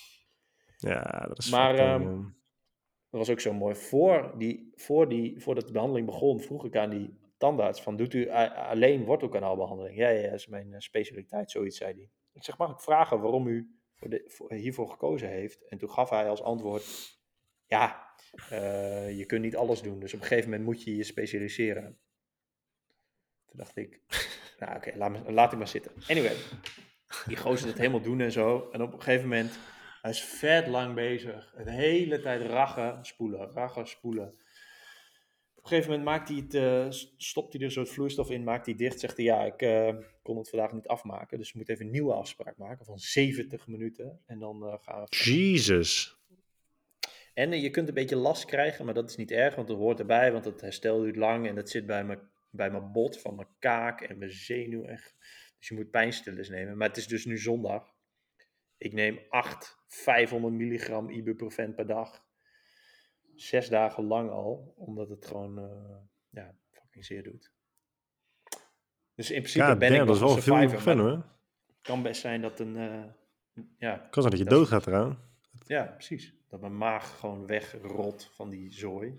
Ja, dat is maar fucking, um, dat was ook zo mooi. Voor die, voor die, voordat de behandeling begon, vroeg ik aan die tandarts van, doet u a- alleen wortelkanaalbehandeling? Ja, ja, dat is mijn uh, specialiteit, zoiets zei hij. Ik zeg, mag ik vragen waarom u voor de, voor, hiervoor gekozen heeft? En toen gaf hij als antwoord, ja, uh, je kunt niet alles doen. Dus op een gegeven moment moet je je specialiseren. Toen dacht ik, nou oké, okay, laat, laat ik maar zitten. Anyway, die gozer het helemaal doen en zo. En op een gegeven moment... Hij is vet lang bezig. De hele tijd rachen, spoelen, rachen, spoelen. Op een gegeven moment maakt hij het, uh, stopt hij er zo'n vloeistof in, maakt hij dicht. Zegt hij, ja, ik uh, kon het vandaag niet afmaken. Dus we moeten even een nieuwe afspraak maken van zeventig minuten. En dan uh, gaan we... Jesus. En uh, je kunt een beetje last krijgen, maar dat is niet erg. Want dat hoort erbij, want het herstel duurt lang. En dat zit bij mijn, bij mijn bot, van mijn kaak en mijn zenuw. En, dus je moet pijnstillers nemen. Maar het is dus nu zondag. Ik neem acht vijfhonderd milligram ibuprofen per dag. Zes dagen lang al. Omdat het gewoon, uh, ja, fucking zeer doet. Dus in principe God ben damn, ik nog dat is een wel veel survivor. Maar hoor. het kan best zijn dat een, uh, ja. Kan zijn dat je dat dood gaat eraan. Ja, precies. Dat mijn maag gewoon wegrot van die zooi.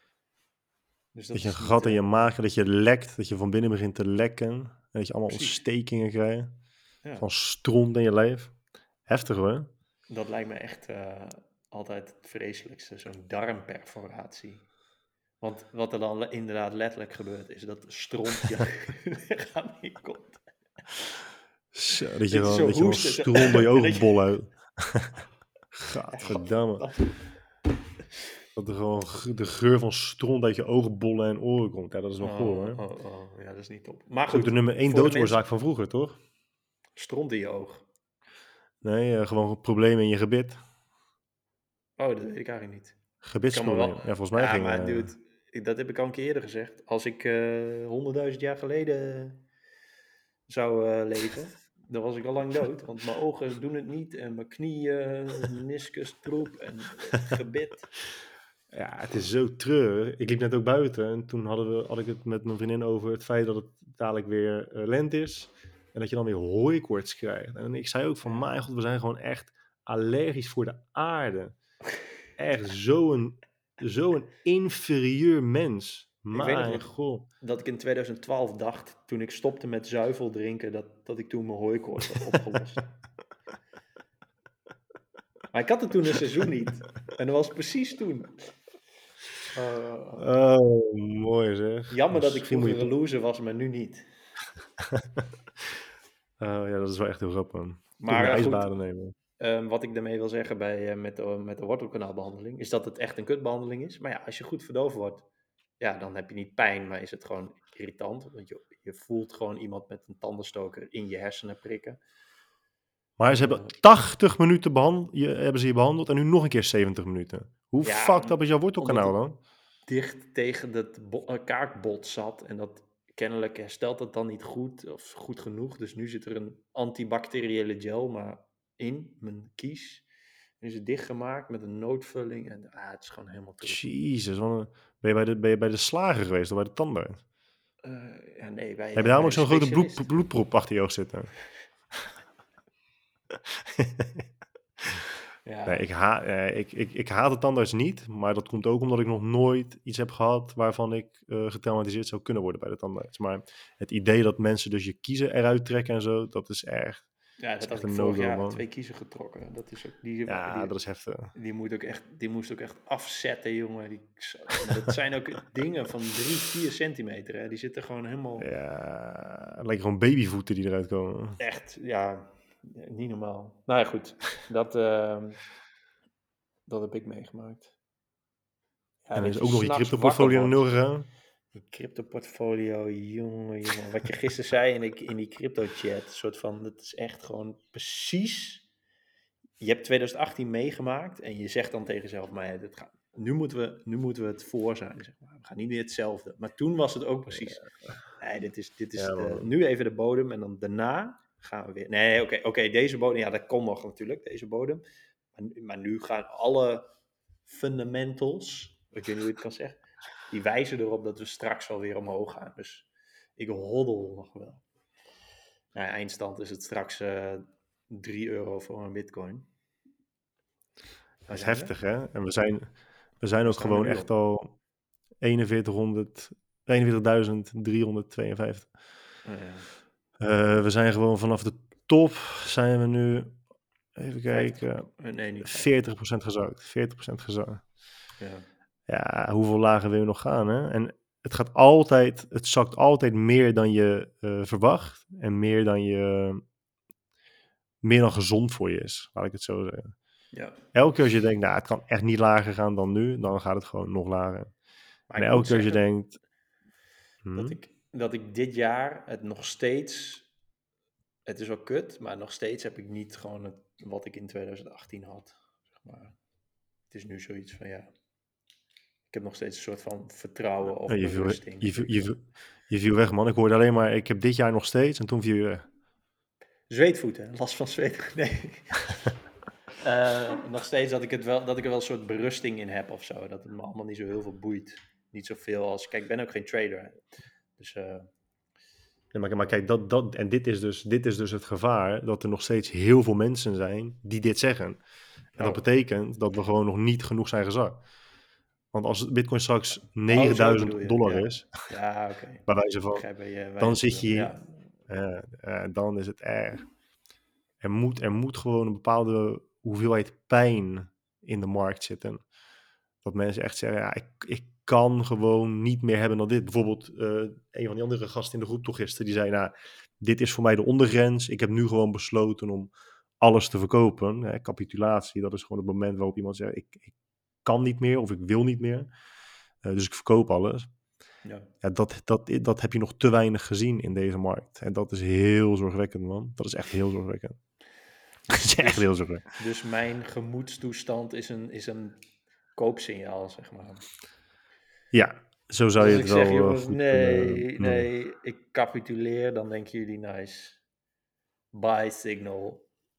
Dus dat, dat je een is gat niet, in uh, je maag, dat je lekt, dat je van binnen begint te lekken. En dat je allemaal precies. ontstekingen krijgt. Ja. Van stront in je lijf. Heftig hoor. Dat lijkt me echt uh, altijd het vreselijkste. Zo'n darmperforatie. Want wat er dan inderdaad letterlijk gebeurt, is dat strontje lichaam in komt. Zo, dat je gewoon, dat je gewoon stront door je ogen bol uit. Gadverdamme. Dat er gewoon de geur van stront uit je ogen, bollen en oren komt. Ja, dat is wel oh, goor, hè? Oh, oh, ja, dat is niet top. Maar goed. Dat is ook de nummer één doodsoorzaak mensen... van vroeger, toch? Stront in je oog. Nee, uh, gewoon problemen in je gebit. Oh, dat weet ik eigenlijk niet. Gebitsprobleem. Wel... Ja, volgens mij ja, ging... maar Uh... dude, dat heb ik al een keer eerder gezegd. Als ik honderdduizend uh, jaar geleden zou uh, leven, dan was ik al lang dood. Want mijn ogen doen het niet. En mijn knieën, meniscus, troep en gebit. Ja, het is zo treurig. Ik liep net ook buiten en toen hadden we, had ik het met mijn vriendin over het feit dat het dadelijk weer uh, lente is. En dat je dan weer hooikoorts krijgt. En ik zei ook van, mijn god, we zijn gewoon echt allergisch voor de aarde. Echt zo'n zo'n inferieur mens. Mijn god. Dat ik in twintig twaalf dacht, toen ik stopte met zuivel drinken, dat, dat ik toen mijn hooikoorts had opgelost. Maar ik had het toen een seizoen niet. En dat was precies toen. Uh, oh, mooi zeg. Jammer dat ik vroeger een loser was, maar nu niet. uh, ja, dat is wel echt heel grappig. Maar uh, ijsbaden nemen. Uh, wat ik daarmee wil zeggen bij, uh, met, de, met de wortelkanaalbehandeling, is dat het echt een kutbehandeling is. Maar ja, als je goed verdoven wordt, ja, dan heb je niet pijn, maar is het gewoon irritant. Want je, je voelt gewoon iemand met een tandenstoker in je hersenen prikken. Maar ze hebben uh, tachtig minuten behandeld, je, hebben ze je behandeld en nu nog een keer zeventig minuten. Hoe ja, fucked up is jouw wortelkanaal dan? Dicht tegen het bo- uh, kaakbot zat en dat kennelijk herstelt dat dan niet goed of goed genoeg. Dus nu zit er een antibacteriële gel maar in mijn kies. Nu is het dichtgemaakt met een noodvulling en ah, het is gewoon helemaal terug. Jezus, ben je, bij de, ben je bij de slager geweest of bij de tandarts? Uh, ja, nee, bij, Heb je daarom ook zo'n grote bloed, bloedprop achter je oog zitten? ja. Nee, ik, ha- eh, ik, ik, ik haat de tandarts niet, maar dat komt ook omdat ik nog nooit iets heb gehad waarvan ik uh, getraumatiseerd zou kunnen worden bij de tandarts. Maar het idee dat mensen dus je kiezen eruit trekken en zo, dat is erg. Ja, is dat had echt ik een vorig no-go, jaar man. twee kiezen getrokken. Dat is ook, die, Ja, die, dat is heftig. die, moet ook echt, die moest ook echt afzetten, jongen. Die, maar dat zijn ook dingen van drie, vier centimeter. Hè. Die zitten gewoon helemaal Ja, het lijken gewoon babyvoeten die eruit komen. echt, ja, niet normaal. Nou ja, goed. Dat, uh, dat heb ik meegemaakt. Ja, En dan dat is je ook nog je 's nachts crypto-portfolio wakker naar nul wordt. gegaan. Je crypto-portfolio, jongen, jongen. Wat je gisteren zei in, de, in die crypto-chat, soort van, dat is echt gewoon precies. Je hebt twintig achttien meegemaakt en je zegt dan tegen jezelf, maar ja, dit gaat, nu, moeten we, nu moeten we het voor zijn, zeg maar. We gaan niet meer hetzelfde. Maar toen was het ook precies, nee, dit is, dit is Ja, de, man. nu even de bodem en dan daarna gaan we weer, nee, oké, okay, okay, deze bodem, ja, dat komt nog natuurlijk, deze bodem. Maar, maar nu gaan alle fundamentals, ik weet niet hoe je het kan zeggen, die wijzen erop dat we straks wel weer omhoog gaan. Dus ik hoddel nog wel. Nou, eindstand is het straks uh, drie euro voor een bitcoin. Dat is heftig, we? hè? En we zijn, we zijn we ook gewoon echt op? al eenenveertigduizend driehonderdtweeënvijftig. Oh, ja. uh, we zijn gewoon vanaf de top, zijn we nu, even kijken, vijftig, nee, niet veertig procent gezakt. veertig procent gezakt. Ja. Ja, hoeveel lager wil je nog gaan, hè? En het gaat altijd, het zakt altijd meer dan je uh, verwacht en meer dan je, meer dan gezond voor je is, laat ik het zo zeggen. Ja. Elke keer als je denkt, nou, het kan echt niet lager gaan dan nu, dan gaat het gewoon nog lager. Maar en elke keer als je denkt... Hmm? Dat, ik, dat ik dit jaar het nog steeds... Het is wel kut, maar nog steeds heb ik niet gewoon het, wat ik in twintig achttien had. Zeg maar. Het is nu zoiets van, ja... Ik heb nog steeds een soort van vertrouwen of ja, je, berusting. viel, je, je, je viel weg, man. Ik hoorde alleen maar, ik heb dit jaar nog steeds en toen viel je weg. Zweetvoeten, last van zweet. Nee. uh, nog steeds dat ik, het wel, dat ik er wel een soort berusting in heb of zo. Dat het me allemaal niet zo heel veel boeit. Niet zoveel als... Kijk, ik ben ook geen trader. Dus... Uh, ja, maar, maar kijk, dat, dat, en dit is, dus, dit is dus het gevaar... dat er nog steeds heel veel mensen zijn die dit zeggen. En oh. dat betekent dat we gewoon nog niet genoeg zijn gezakt. Want als Bitcoin straks negenduizend oh, dollar ja. is... Ja, oké. Okay. bij wijze van... Bij je, bij dan zit je hier... Ja. Uh, uh, dan is het erg. Er moet, er moet gewoon een bepaalde hoeveelheid pijn in de markt zitten. Dat mensen echt zeggen, ja, ik, ik kan gewoon niet meer hebben dan dit. Bijvoorbeeld uh, een van die andere gasten in de groep toch gisteren, die zei, nou, dit is voor mij de ondergrens. Ik heb nu gewoon besloten om alles te verkopen. Hè, capitulatie, dat is gewoon het moment waarop iemand zegt, ik, ik kan niet meer of ik wil niet meer. Uh, dus ik verkoop alles. Ja. Ja, dat, dat, dat heb je nog te weinig gezien in deze markt. En dat is heel zorgwekkend, man. Dat is echt heel zorgwekkend. Dat is echt dus, heel zorgwekkend. Dus mijn gemoedstoestand is een, is een koopsignaal, zeg maar. Ja, zo zou dus je het ik wel... zeg, jongens, nee, kunnen, nee, ik capituleer, dan denken jullie, nice. Buy signal.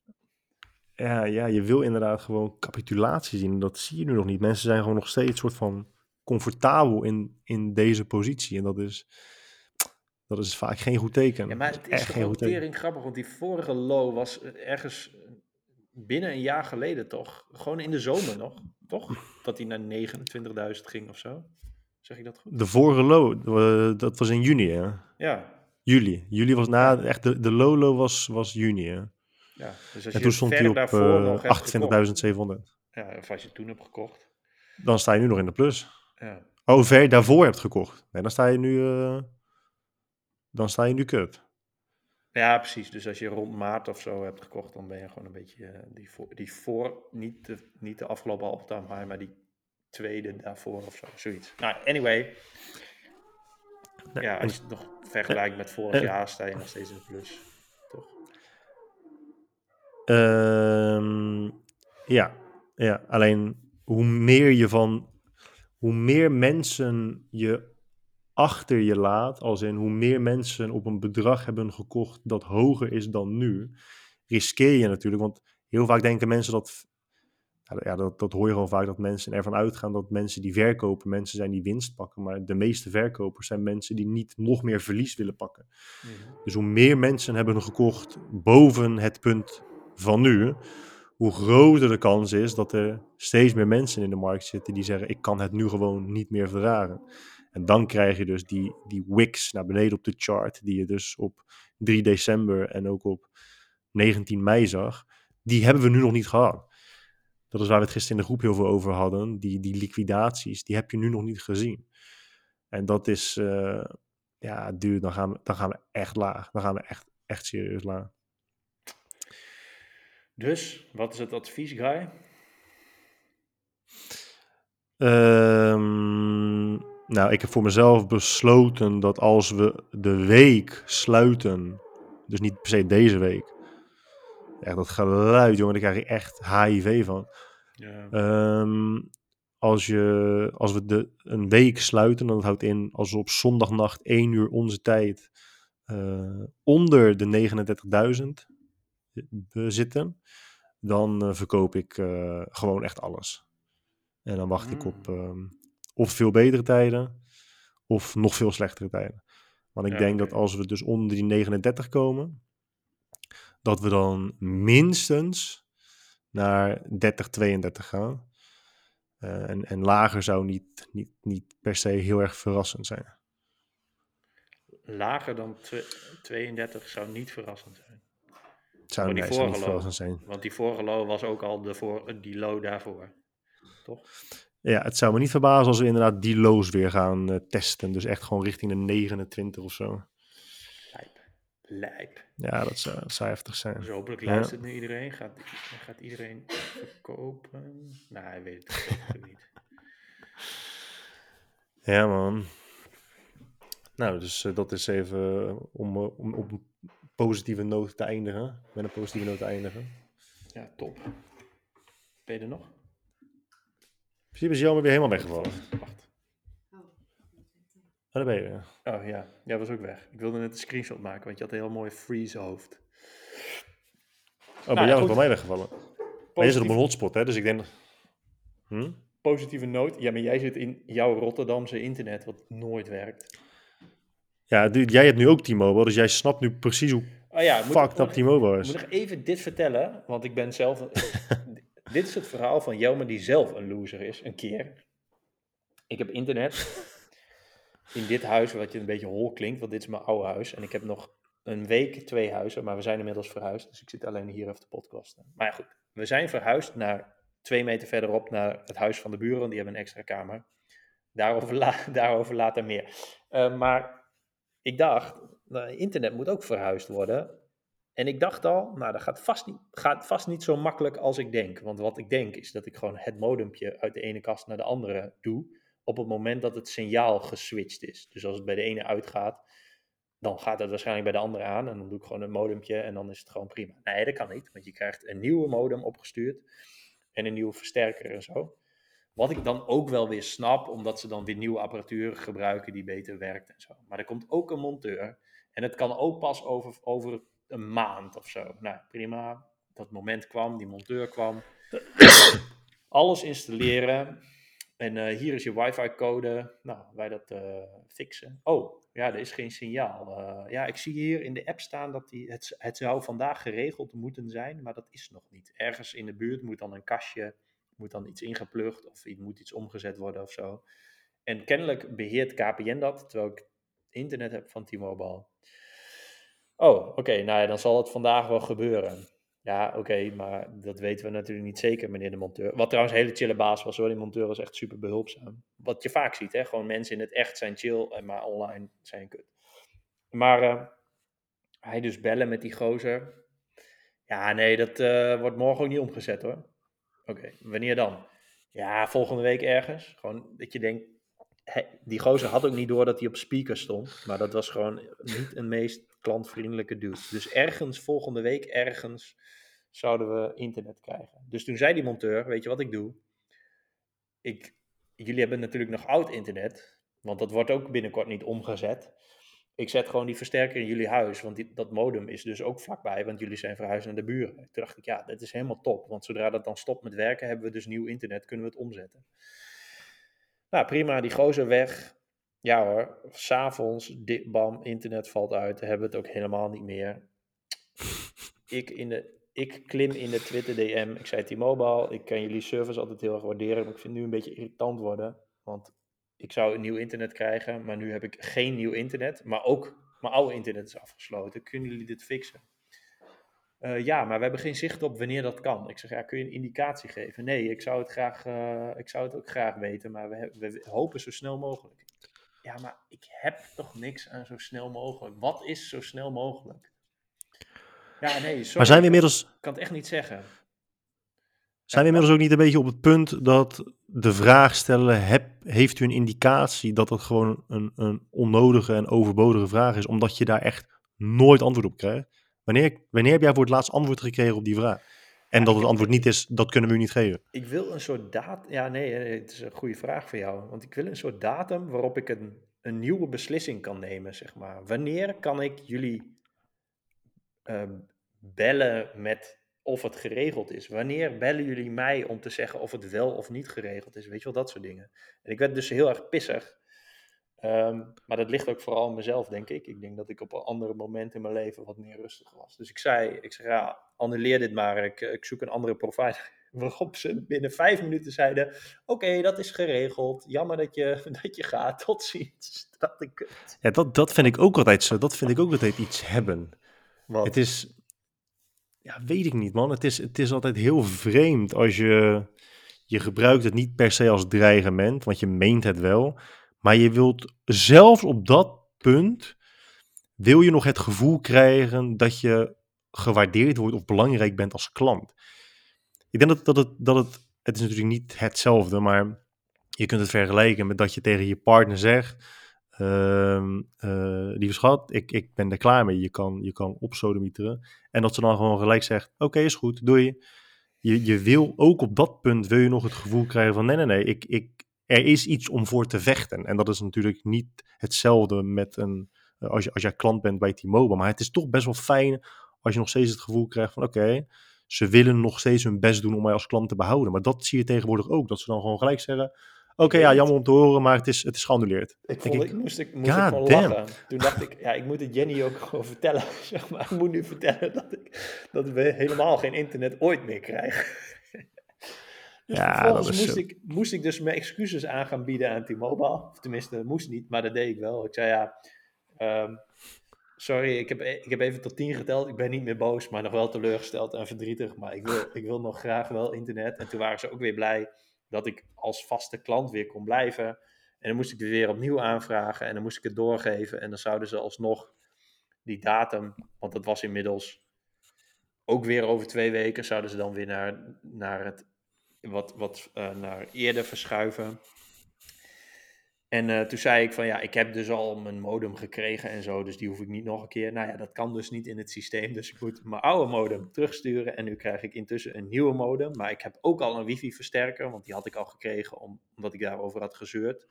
Ja, ja, je wil inderdaad gewoon capitulatie zien. Dat zie je nu nog niet. Mensen zijn gewoon nog steeds soort van comfortabel in, in deze positie. En dat is, dat is vaak geen goed teken. Ja, maar het is, is toch ook tering grappig, want die vorige low was ergens binnen een jaar geleden toch? Gewoon in de zomer nog, toch? Dat hij naar negenentwintigduizend ging of zo. Zeg ik dat goed? De vorige low, uh, dat was in juni, hè? Ja. Juli. Juli was na, ja. echt de, de low low was, was juni, hè? Ja, dus als en je toen stond hij op uh, achtentwintigduizend zevenhonderd. Ja, of als je toen hebt gekocht. Dan sta je nu nog in de plus. Ja. Oh, ver daarvoor hebt gekocht. Nee, dan sta je nu, uh, dan sta je nu kut. Ja, precies. Dus als je rond maart of zo hebt gekocht, dan ben je gewoon een beetje uh, die voor, die voor niet, de, niet de afgelopen all-time high, maar die tweede daarvoor of zo, zoiets. Nou, anyway. Nee, ja, als je het nog vergelijkt met vorig uh, jaar, sta je nog steeds in de plus, toch? Um, ja, ja, alleen hoe meer je van, hoe meer mensen je achter je laat, als in hoe meer mensen op een bedrag hebben gekocht dat hoger is dan nu, riskeer je natuurlijk, want heel vaak denken mensen dat, ja, dat, dat hoor je gewoon vaak, dat mensen ervan uitgaan dat mensen die verkopen, mensen zijn die winst pakken, maar de meeste verkopers zijn mensen die niet nog meer verlies willen pakken. Mm-hmm. Dus hoe meer mensen hebben gekocht boven het punt van nu, hoe groter de kans is dat er steeds meer mensen in de markt zitten die zeggen, ik kan het nu gewoon niet meer verdragen. En dan krijg je dus die, die wicks naar beneden op de chart, die je dus op drie december en ook op negentien mei zag, die hebben we nu nog niet gehad. Dat is waar we het gisteren in de groep heel veel over hadden. Die, die liquidaties, die heb je nu nog niet gezien. En dat is, uh, ja, duur, dan gaan we, dan gaan we echt laag. Dan gaan we echt, echt serieus laag. Dus, wat is het advies, Guy? Um, nou, ik heb voor mezelf besloten dat als we de week sluiten, dus niet per se deze week, echt dat geluid, jongen, daar krijg ik echt H I V van. Ja. Um, als, je, als we de, een week sluiten, dan houdt in als we op zondagnacht één uur onze tijd uh, onder de negenendertigduizend zitten, dan uh, verkoop ik uh, gewoon echt alles. En dan wacht mm. ik op um, of veel betere tijden of nog veel slechtere tijden. Want ik ja, denk okay. dat als we dus onder die negenendertig komen, dat we dan minstens naar dertig, tweeëndertig gaan. Uh, en, en lager zou niet, niet, niet per se heel erg verrassend zijn. Lager dan tweeëndertig zou niet verrassend zijn. Het zou, nee, zou niet verrassend zijn. Want die vorige low was ook al de voor, die low daarvoor, toch? Ja, het zou me niet verbazen als we inderdaad die lows weer gaan uh, testen. Dus echt gewoon richting de negenentwintig of zo. Lijp. Lijp. Ja, dat zou, dat zou heftig zijn. Dus hopelijk luistert ja. nu iedereen. Gaat, gaat iedereen verkopen? Nou, hij weet het natuurlijk niet. Ja, man. Nou, dus uh, dat is even om, uh, om op een positieve noot te eindigen. Met een positieve noot te eindigen. Ja, top. Ben je er nog? In principe is Jelmer weer helemaal weggevallen. Wacht. Oh, daar ben je weer. Oh ja, jij was ook weg. Ik wilde net een screenshot maken, want je had een heel mooi freeze hoofd. Oh, nou, bij jou is bij mij weggevallen. Positief... Maar je zit op een hotspot, hè? Dus ik denk... Hm? Positieve noot. Ja, maar jij zit in jouw Rotterdamse internet, wat nooit werkt. Ja, du- jij hebt nu ook T-Mobile, dus jij snapt nu precies hoe oh ja, fucked up T-Mobile is. Ik moet nog even dit vertellen, want ik ben zelf... Dit is het verhaal van Jelmer die zelf een loser is, een keer. Ik heb internet in dit huis, wat je een beetje hol klinkt, want dit is mijn oude huis. En ik heb nog een week twee huizen, maar we zijn inmiddels verhuisd. Dus ik zit alleen hier even te podcasten. Maar ja, goed, we zijn verhuisd naar twee meter verderop naar het huis van de buren. Die hebben een extra kamer. Daarover, la- daarover later meer. Uh, maar ik dacht, nou, internet moet ook verhuisd worden. En ik dacht al, nou dat gaat vast, niet, gaat vast niet zo makkelijk als ik denk. Want wat ik denk is dat ik gewoon het modempje uit de ene kast naar de andere doe. Op het moment dat het signaal geswitcht is. Dus als het bij de ene uitgaat, dan gaat het waarschijnlijk bij de andere aan. En dan doe ik gewoon een modempje en dan is het gewoon prima. Nee, dat kan niet. Want je krijgt een nieuwe modem opgestuurd. En een nieuwe versterker en zo. Wat ik dan ook wel weer snap, omdat ze dan weer nieuwe apparatuur gebruiken die beter werkt en zo. Maar er komt ook een monteur. En het kan ook pas over, over een maand of zo. Nou, prima. Dat moment kwam, die monteur kwam. Alles installeren. En uh, hier is je wifi-code. Nou, wij dat uh, fixen. Oh, ja, er is geen signaal. Uh, ja, ik zie hier in de app staan dat die, het, het zou vandaag geregeld moeten zijn, maar dat is nog niet. Ergens in de buurt moet dan een kastje, moet dan iets ingeplucht of moet iets omgezet worden of zo. En kennelijk beheert K P N dat, terwijl ik internet heb van T-Mobile. Oh, oké, okay, nou ja, dan zal het vandaag wel gebeuren. Ja, oké, okay, maar dat weten we natuurlijk niet zeker, meneer de monteur. Wat trouwens een hele chille baas was hoor, die monteur was echt super behulpzaam. Wat je vaak ziet, hè, gewoon mensen in het echt zijn chill, maar online zijn kut. Maar uh, hij dus bellen met die gozer. Ja, nee, dat uh, wordt morgen ook niet omgezet hoor. Oké, okay, wanneer dan? Ja, volgende week ergens. Gewoon dat je denkt, hij, die gozer had ook niet door dat hij op speaker stond. Maar dat was gewoon niet een meest klantvriendelijke dude. Dus ergens, volgende week ergens, zouden we internet krijgen. Dus toen zei die monteur, weet je wat ik doe? Ik, jullie hebben natuurlijk nog oud internet. Want dat wordt ook binnenkort niet omgezet. Ik zet gewoon die versterker in jullie huis. Want die, dat modem is dus ook vlakbij. Want jullie zijn verhuisd naar de buren. Toen dacht ik, ja, dat is helemaal top. Want zodra dat dan stopt met werken, hebben we dus nieuw internet. Kunnen we het omzetten. Nou, prima, die gozer weg. Ja hoor, s'avonds, bam, internet valt uit. Dan hebben we het ook helemaal niet meer. Ik, in de, ik klim in de Twitter D M. Ik zei T-Mobile, ik kan jullie service altijd heel erg waarderen. Maar ik vind het nu een beetje irritant worden. Want ik zou een nieuw internet krijgen. Maar nu heb ik geen nieuw internet. Maar ook mijn oude internet is afgesloten. Kunnen jullie dit fixen? Uh, ja, maar we hebben geen zicht op wanneer dat kan. Ik zeg, ja, kun je een indicatie geven? Nee, ik zou het, graag, uh, ik zou het ook graag weten, maar we, we hopen zo snel mogelijk. Ja, maar ik heb toch niks aan zo snel mogelijk. Wat is zo snel mogelijk? Ja, nee, sorry. Maar zijn we inmiddels... Ik kan het echt niet zeggen. Zijn we inmiddels ook niet een beetje op het punt dat de vraag stellen, heb, heeft u een indicatie dat het gewoon een, een onnodige en overbodige vraag is, omdat je daar echt nooit antwoord op krijgt? Wanneer, wanneer heb jij voor het laatst antwoord gekregen op die vraag? En ja, dat het antwoord niet is, dat kunnen we u niet geven. Ik wil een soort datum, ja nee, het is een goede vraag voor jou, want ik wil een soort datum waarop ik een, een nieuwe beslissing kan nemen, zeg maar. Wanneer kan ik jullie uh, bellen met of het geregeld is? Wanneer bellen jullie mij om te zeggen of het wel of niet geregeld is? Weet je wel, dat soort dingen. En ik werd dus heel erg pissig. Um, maar dat ligt ook vooral aan mezelf, denk ik. Ik denk dat ik op een andere moment in mijn leven wat meer rustig was. Dus ik zei, ik zei ja, annuleer dit maar. Ik, ik zoek een andere provider. Waarop ze binnen vijf minuten zeiden, oké, okay, dat is geregeld. Jammer dat je, dat je gaat. Tot ziens. Dat, ik... Ja, dat, dat vind ik ook altijd zo. Dat vind ik ook altijd iets hebben. Wat? Het is... Ja, weet ik niet, man. Het is, het is altijd heel vreemd als je... Je gebruikt het niet per se als dreigement, want je meent het wel. Maar je wilt zelfs op dat punt... wil je nog het gevoel krijgen dat je gewaardeerd wordt of belangrijk bent als klant. Ik denk dat, dat, het, dat het... Het is natuurlijk niet hetzelfde, maar je kunt het vergelijken met dat je tegen je partner zegt... Uh, uh, lieve schat, ik, ik ben er klaar mee. Je kan, je kan opsodemieteren. En dat ze dan gewoon gelijk zegt, oké, okay, is goed, doei. Je, je wil ook op dat punt, wil je nog het gevoel krijgen van, nee, nee, nee, ik, ik, er is iets om voor te vechten. En dat is natuurlijk niet hetzelfde met een, uh, als, je, als jij klant bent bij T-Mobile. Maar het is toch best wel fijn als je nog steeds het gevoel krijgt van, oké, okay, ze willen nog steeds hun best doen om mij als klant te behouden. Maar dat zie je tegenwoordig ook, dat ze dan gewoon gelijk zeggen... Oké, okay, ja, jammer om te horen, maar het is, het is geannuleerd. Ik, vond, ik, ik moest, ik, moest ik gewoon damn. lachen. Toen dacht ik, ja, ik moet het Jenny ook gewoon vertellen. Zeg maar. Ik moet nu vertellen dat, ik, dat we helemaal geen internet ooit meer krijgen. Dus ja, vervolgens moest, zo... ik, moest ik dus mijn excuses aan gaan bieden aan T-Mobile. Of tenminste, moest niet, maar dat deed ik wel. Ik zei ja, um, sorry, ik heb, ik heb even tot tien geteld. Ik ben niet meer boos, maar nog wel teleurgesteld en verdrietig. Maar ik wil, ik wil nog graag wel internet. En toen waren ze ook weer blij dat ik als vaste klant weer kon blijven. En dan moest ik het weer opnieuw aanvragen en dan moest ik het doorgeven. En dan zouden ze alsnog die datum, want dat was inmiddels ook weer over twee weken, zouden ze dan weer naar, naar het wat, wat uh, naar eerder verschuiven. En uh, toen zei ik van ja, ik heb dus al mijn modem gekregen en zo, dus die hoef ik niet nog een keer. Nou ja, dat kan dus niet in het systeem, dus ik moet mijn oude modem terugsturen. En nu krijg ik intussen een nieuwe modem, maar ik heb ook al een wifi-versterker, want die had ik al gekregen om, omdat ik daarover had gezeurd.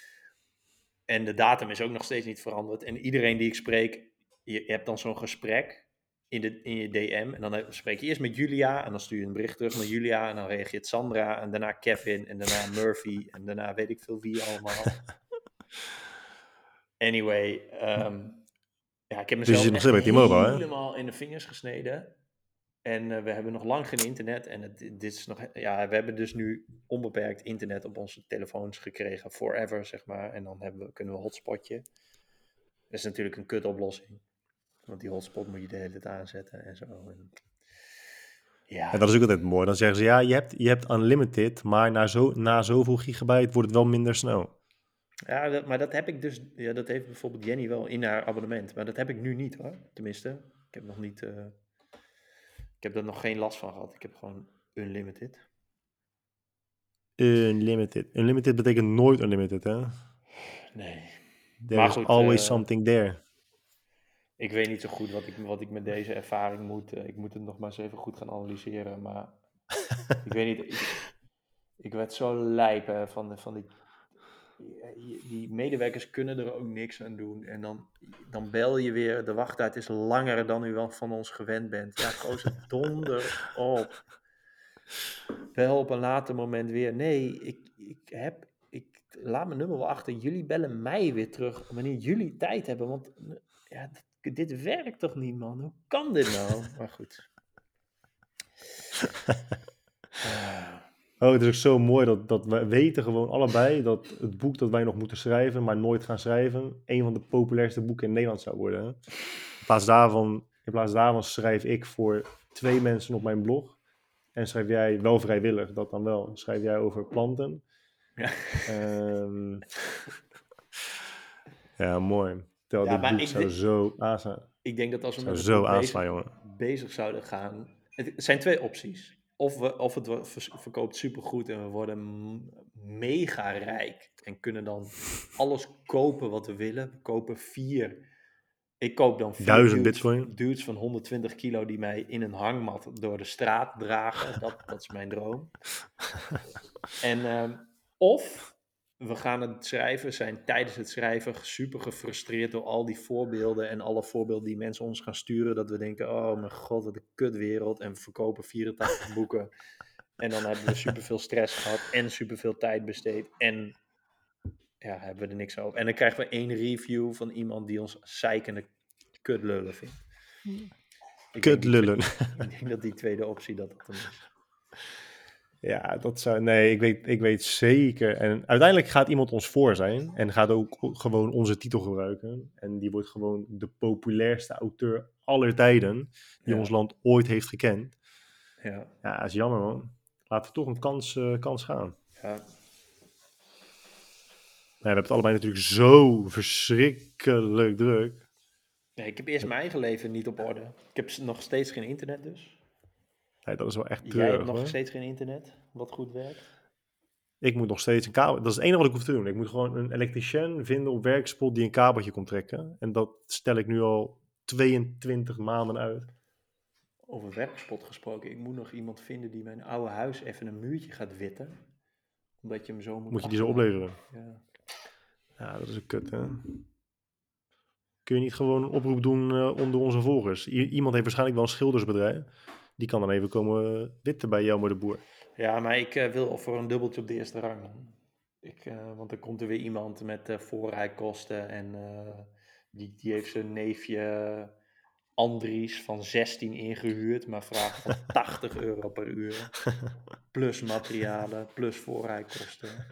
En de datum is ook nog steeds niet veranderd. En iedereen die ik spreek, je, je hebt dan zo'n gesprek in, de, in je D M. En dan spreek je eerst met Julia en dan stuur je een bericht terug naar Julia. En dan reageert Sandra en daarna Kevin en daarna Murphy en daarna weet ik veel wie allemaal. Anyway, um, ja, ik heb mezelf dus echt helemaal mobile, in de vingers gesneden. En uh, we hebben nog lang geen internet. En het, dit is nog, ja, we hebben dus nu onbeperkt internet op onze telefoons gekregen. Forever, zeg maar. En dan hebben we, kunnen we hotspotje. Dat is natuurlijk een kut oplossing. Want die hotspot moet je de hele tijd aanzetten en zo. En, ja. En dat is ook altijd mooi. Dan zeggen ze, ja, je hebt, je hebt unlimited. Maar na, zo, na zoveel gigabyte wordt het wel minder snel. Ja, dat, maar dat heb ik dus... Ja, dat heeft bijvoorbeeld Jenny wel in haar abonnement. Maar dat heb ik nu niet, hoor. Tenminste, ik heb nog niet... Uh, Ik heb er nog geen last van gehad. Ik heb gewoon unlimited. Unlimited. Unlimited betekent nooit unlimited, hè? Nee. There maar is goed, always uh, something there. Ik weet niet zo goed wat ik, wat ik met deze ervaring moet. Uh, ik moet het nog maar eens even goed gaan analyseren. Maar ik weet niet. Ik, ik werd zo lijp hè, van, de, van die... Die medewerkers kunnen er ook niks aan doen. En dan, dan bel je weer. De wachttijd is langer dan u wel van ons gewend bent. Ja, gozer, donder op. Bel op een later moment weer. Nee, ik, ik heb... Ik laat mijn nummer wel achter. Jullie bellen mij weer terug wanneer jullie tijd hebben. Want ja, dit, dit werkt toch niet, man? Hoe kan dit nou? Maar goed. Uh. Oh, het is ook zo mooi dat, dat wij weten gewoon allebei dat het boek dat wij nog moeten schrijven, maar nooit gaan schrijven, een van de populairste boeken in Nederland zou worden. Hè? In plaats daarvan In plaats daarvan schrijf ik voor twee mensen op mijn blog. En schrijf jij wel vrijwillig, dat dan wel. Schrijf jij over planten. Ja, Um, ja, mooi. Tel, ja dit maar boek ik, zou denk- zo aanslaan. ik denk dat als we Zou met het zo boek aanslaan, bezig, jongen. bezig zouden gaan... Het zijn twee opties. Of, we, of het wo- vers- verkoopt supergoed en we worden m- mega rijk. En kunnen dan alles kopen wat we willen. We kopen vier... Ik koop dan vier Duizend dudes, bitcoin. dudes van honderdtwintig kilo die mij in een hangmat door de straat dragen. Dat, dat is mijn droom. En, ehm, of we gaan het schrijven, zijn tijdens het schrijven super gefrustreerd door al die voorbeelden en alle voorbeelden die mensen ons gaan sturen. Dat we denken, oh mijn god, wat een kutwereld. En we verkopen vierentachtig boeken. En dan hebben we superveel stress gehad en superveel tijd besteed. En ja, hebben we er niks over. En dan krijgen we één review van iemand die ons zeikende kutlullen vindt. Ik denk, die Kutlullen. twe- ik denk dat die tweede optie dat dat hem is. Ja, dat zou... Nee, ik weet, ik weet zeker. En uiteindelijk gaat iemand ons voor zijn. En gaat ook gewoon onze titel gebruiken. En die wordt gewoon de populairste auteur aller tijden. Die Ja. ons land ooit heeft gekend. Ja, Ja, dat is jammer, man. Laten we toch een kans, eh, kans gaan. ja. Ja, we hebben het allebei natuurlijk zo verschrikkelijk druk. Nee, ik heb eerst mijn eigen leven niet op orde. Ik heb s- nog steeds geen internet dus. Nee, dat is wel echt Jij treurig, hebt nog hoor. steeds geen internet, wat goed werkt. Ik moet nog steeds een kabel... Dat is het enige wat ik hoef te doen. Ik moet gewoon een elektricien vinden op werkspot die een kabeltje komt trekken. En dat stel ik nu al tweeëntwintig maanden uit. Over werkspot gesproken, ik moet nog iemand vinden die mijn oude huis even een muurtje gaat witten. Omdat je hem zo moet Moet je die zo achterlaten. opleveren? Ja. Ja, dat is een kut, hè. Kun je niet gewoon een oproep doen uh, onder onze volgers? I- iemand heeft waarschijnlijk wel een schildersbedrijf. Die kan dan even komen witten bij Jelmer de Boer. Ja, maar ik uh, wil voor een dubbeltje op de eerste rang. Ik, uh, want dan komt er weer iemand met uh, voorrijkosten en uh, die, die heeft zijn neefje Andries van zestien ingehuurd, maar vraagt van tachtig euro per uur. Plus materialen, plus voorrijkosten.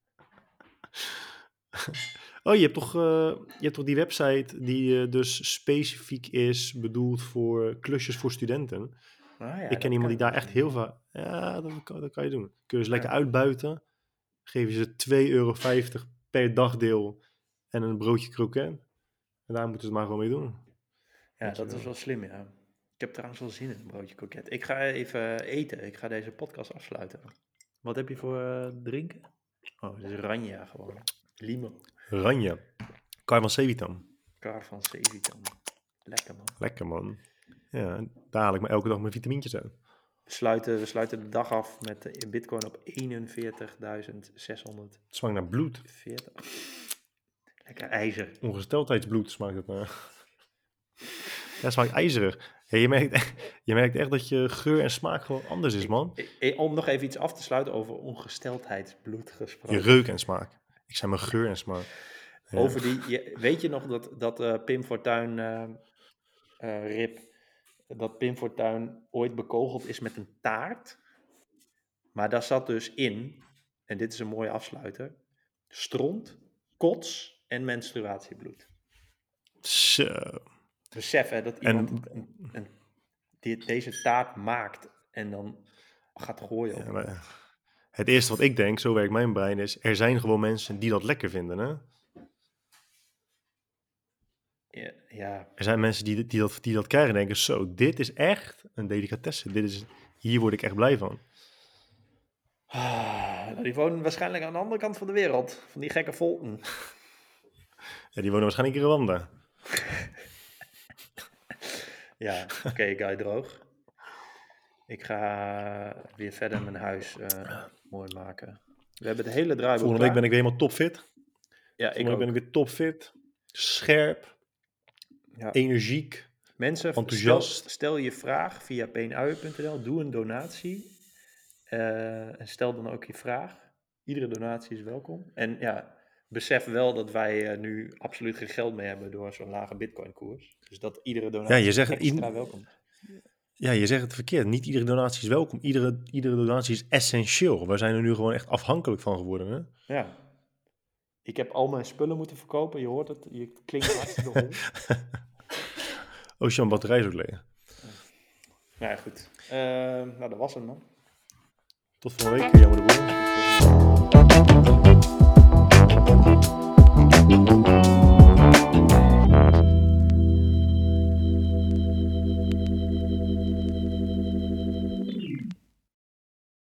Oh, je hebt toch, uh, je hebt toch die website die uh, dus specifiek is bedoeld voor klusjes voor studenten. Ah, ja, ik ken iemand die daar dus echt heel veel... Ja, dat kan, dat kan je doen. Kun je ze lekker ja. uitbuiten. Geef je ze twee euro vijftig per dagdeel en een broodje kroket. En daar moeten ze het maar gewoon mee doen. Ja, dat is wel slim, ja. Ik heb trouwens wel zin in een broodje kroket. Ik ga even eten. Ik ga deze podcast afsluiten. Wat heb je voor uh, drinken? Oh, dit is Ranja gewoon. Limo. Ranja. Kar van Sevitam. Kar van Sevitam. Lekker, man. Lekker, man. Ja, daar haal ik me elke dag mijn vitamintjes uit. We sluiten, we sluiten de dag af met Bitcoin op eenenveertigduizend zeshonderdveertig. Het smaakt naar bloed. Lekker ijzer. Ongesteldheidsbloed smaakt het naar. Ja, het smaakt ijzerig. Ja, je, merkt, je merkt echt dat je geur en smaak gewoon anders is, man. Ik, ik, om nog even iets af te sluiten over ongesteldheidsbloed gesproken. Je reuk en smaak. Ik zei mijn geur en smaak. Ja. Over die, je, weet je nog dat, dat uh, Pim Fortuyn, uh, uh, Rip, dat Pim Fortuyn ooit bekogeld is met een taart? Maar daar zat dus in, en dit is een mooie afsluiter, stront, kots en menstruatiebloed. Zo. Besef hè, dat iemand en, een, een, dit, deze taart maakt en dan gaat gooien. Ja, maar het eerste wat ik denk, zo werkt mijn brein, is er zijn gewoon mensen die dat lekker vinden, hè? Ja, ja. Er zijn mensen die, die, dat, die dat krijgen en denken, zo, dit is echt een delicatesse. Dit is, hier word ik echt blij van. Ah, nou, die wonen waarschijnlijk aan de andere kant van de wereld. Van die gekke volken. Ja, die wonen waarschijnlijk in Rwanda. Ja, oké, okay, Guy Droog. Ik ga weer verder mijn huis uh, mooi maken. We hebben het hele draaiboek Volgende week ben ik weer helemaal topfit. Ja, Volgende ik week ben ik weer topfit. Scherp. Ja. Energiek. Mensen, enthousiast. Stel, stel je vraag via peenuien punt n l. Doe een donatie. Uh, en stel dan ook je vraag. Iedere donatie is welkom. En ja, besef wel dat wij uh, nu absoluut geen geld meer hebben door zo'n lage bitcoin koers. Dus dat iedere donatie ja, je zegt, extra i- welkom is. Ja, je zegt het verkeerd. Niet iedere donatie is welkom. Iedere, iedere donatie is essentieel. We zijn er nu gewoon echt afhankelijk van geworden. Hè? Ja. Ik heb al mijn spullen moeten verkopen. Je hoort het. Je klinkt hartstikke hol. Ocean batterij is ook leeg. Nou ja, goed. Uh, nou, dat was het, man. Tot volgende week, Jammer de Boer.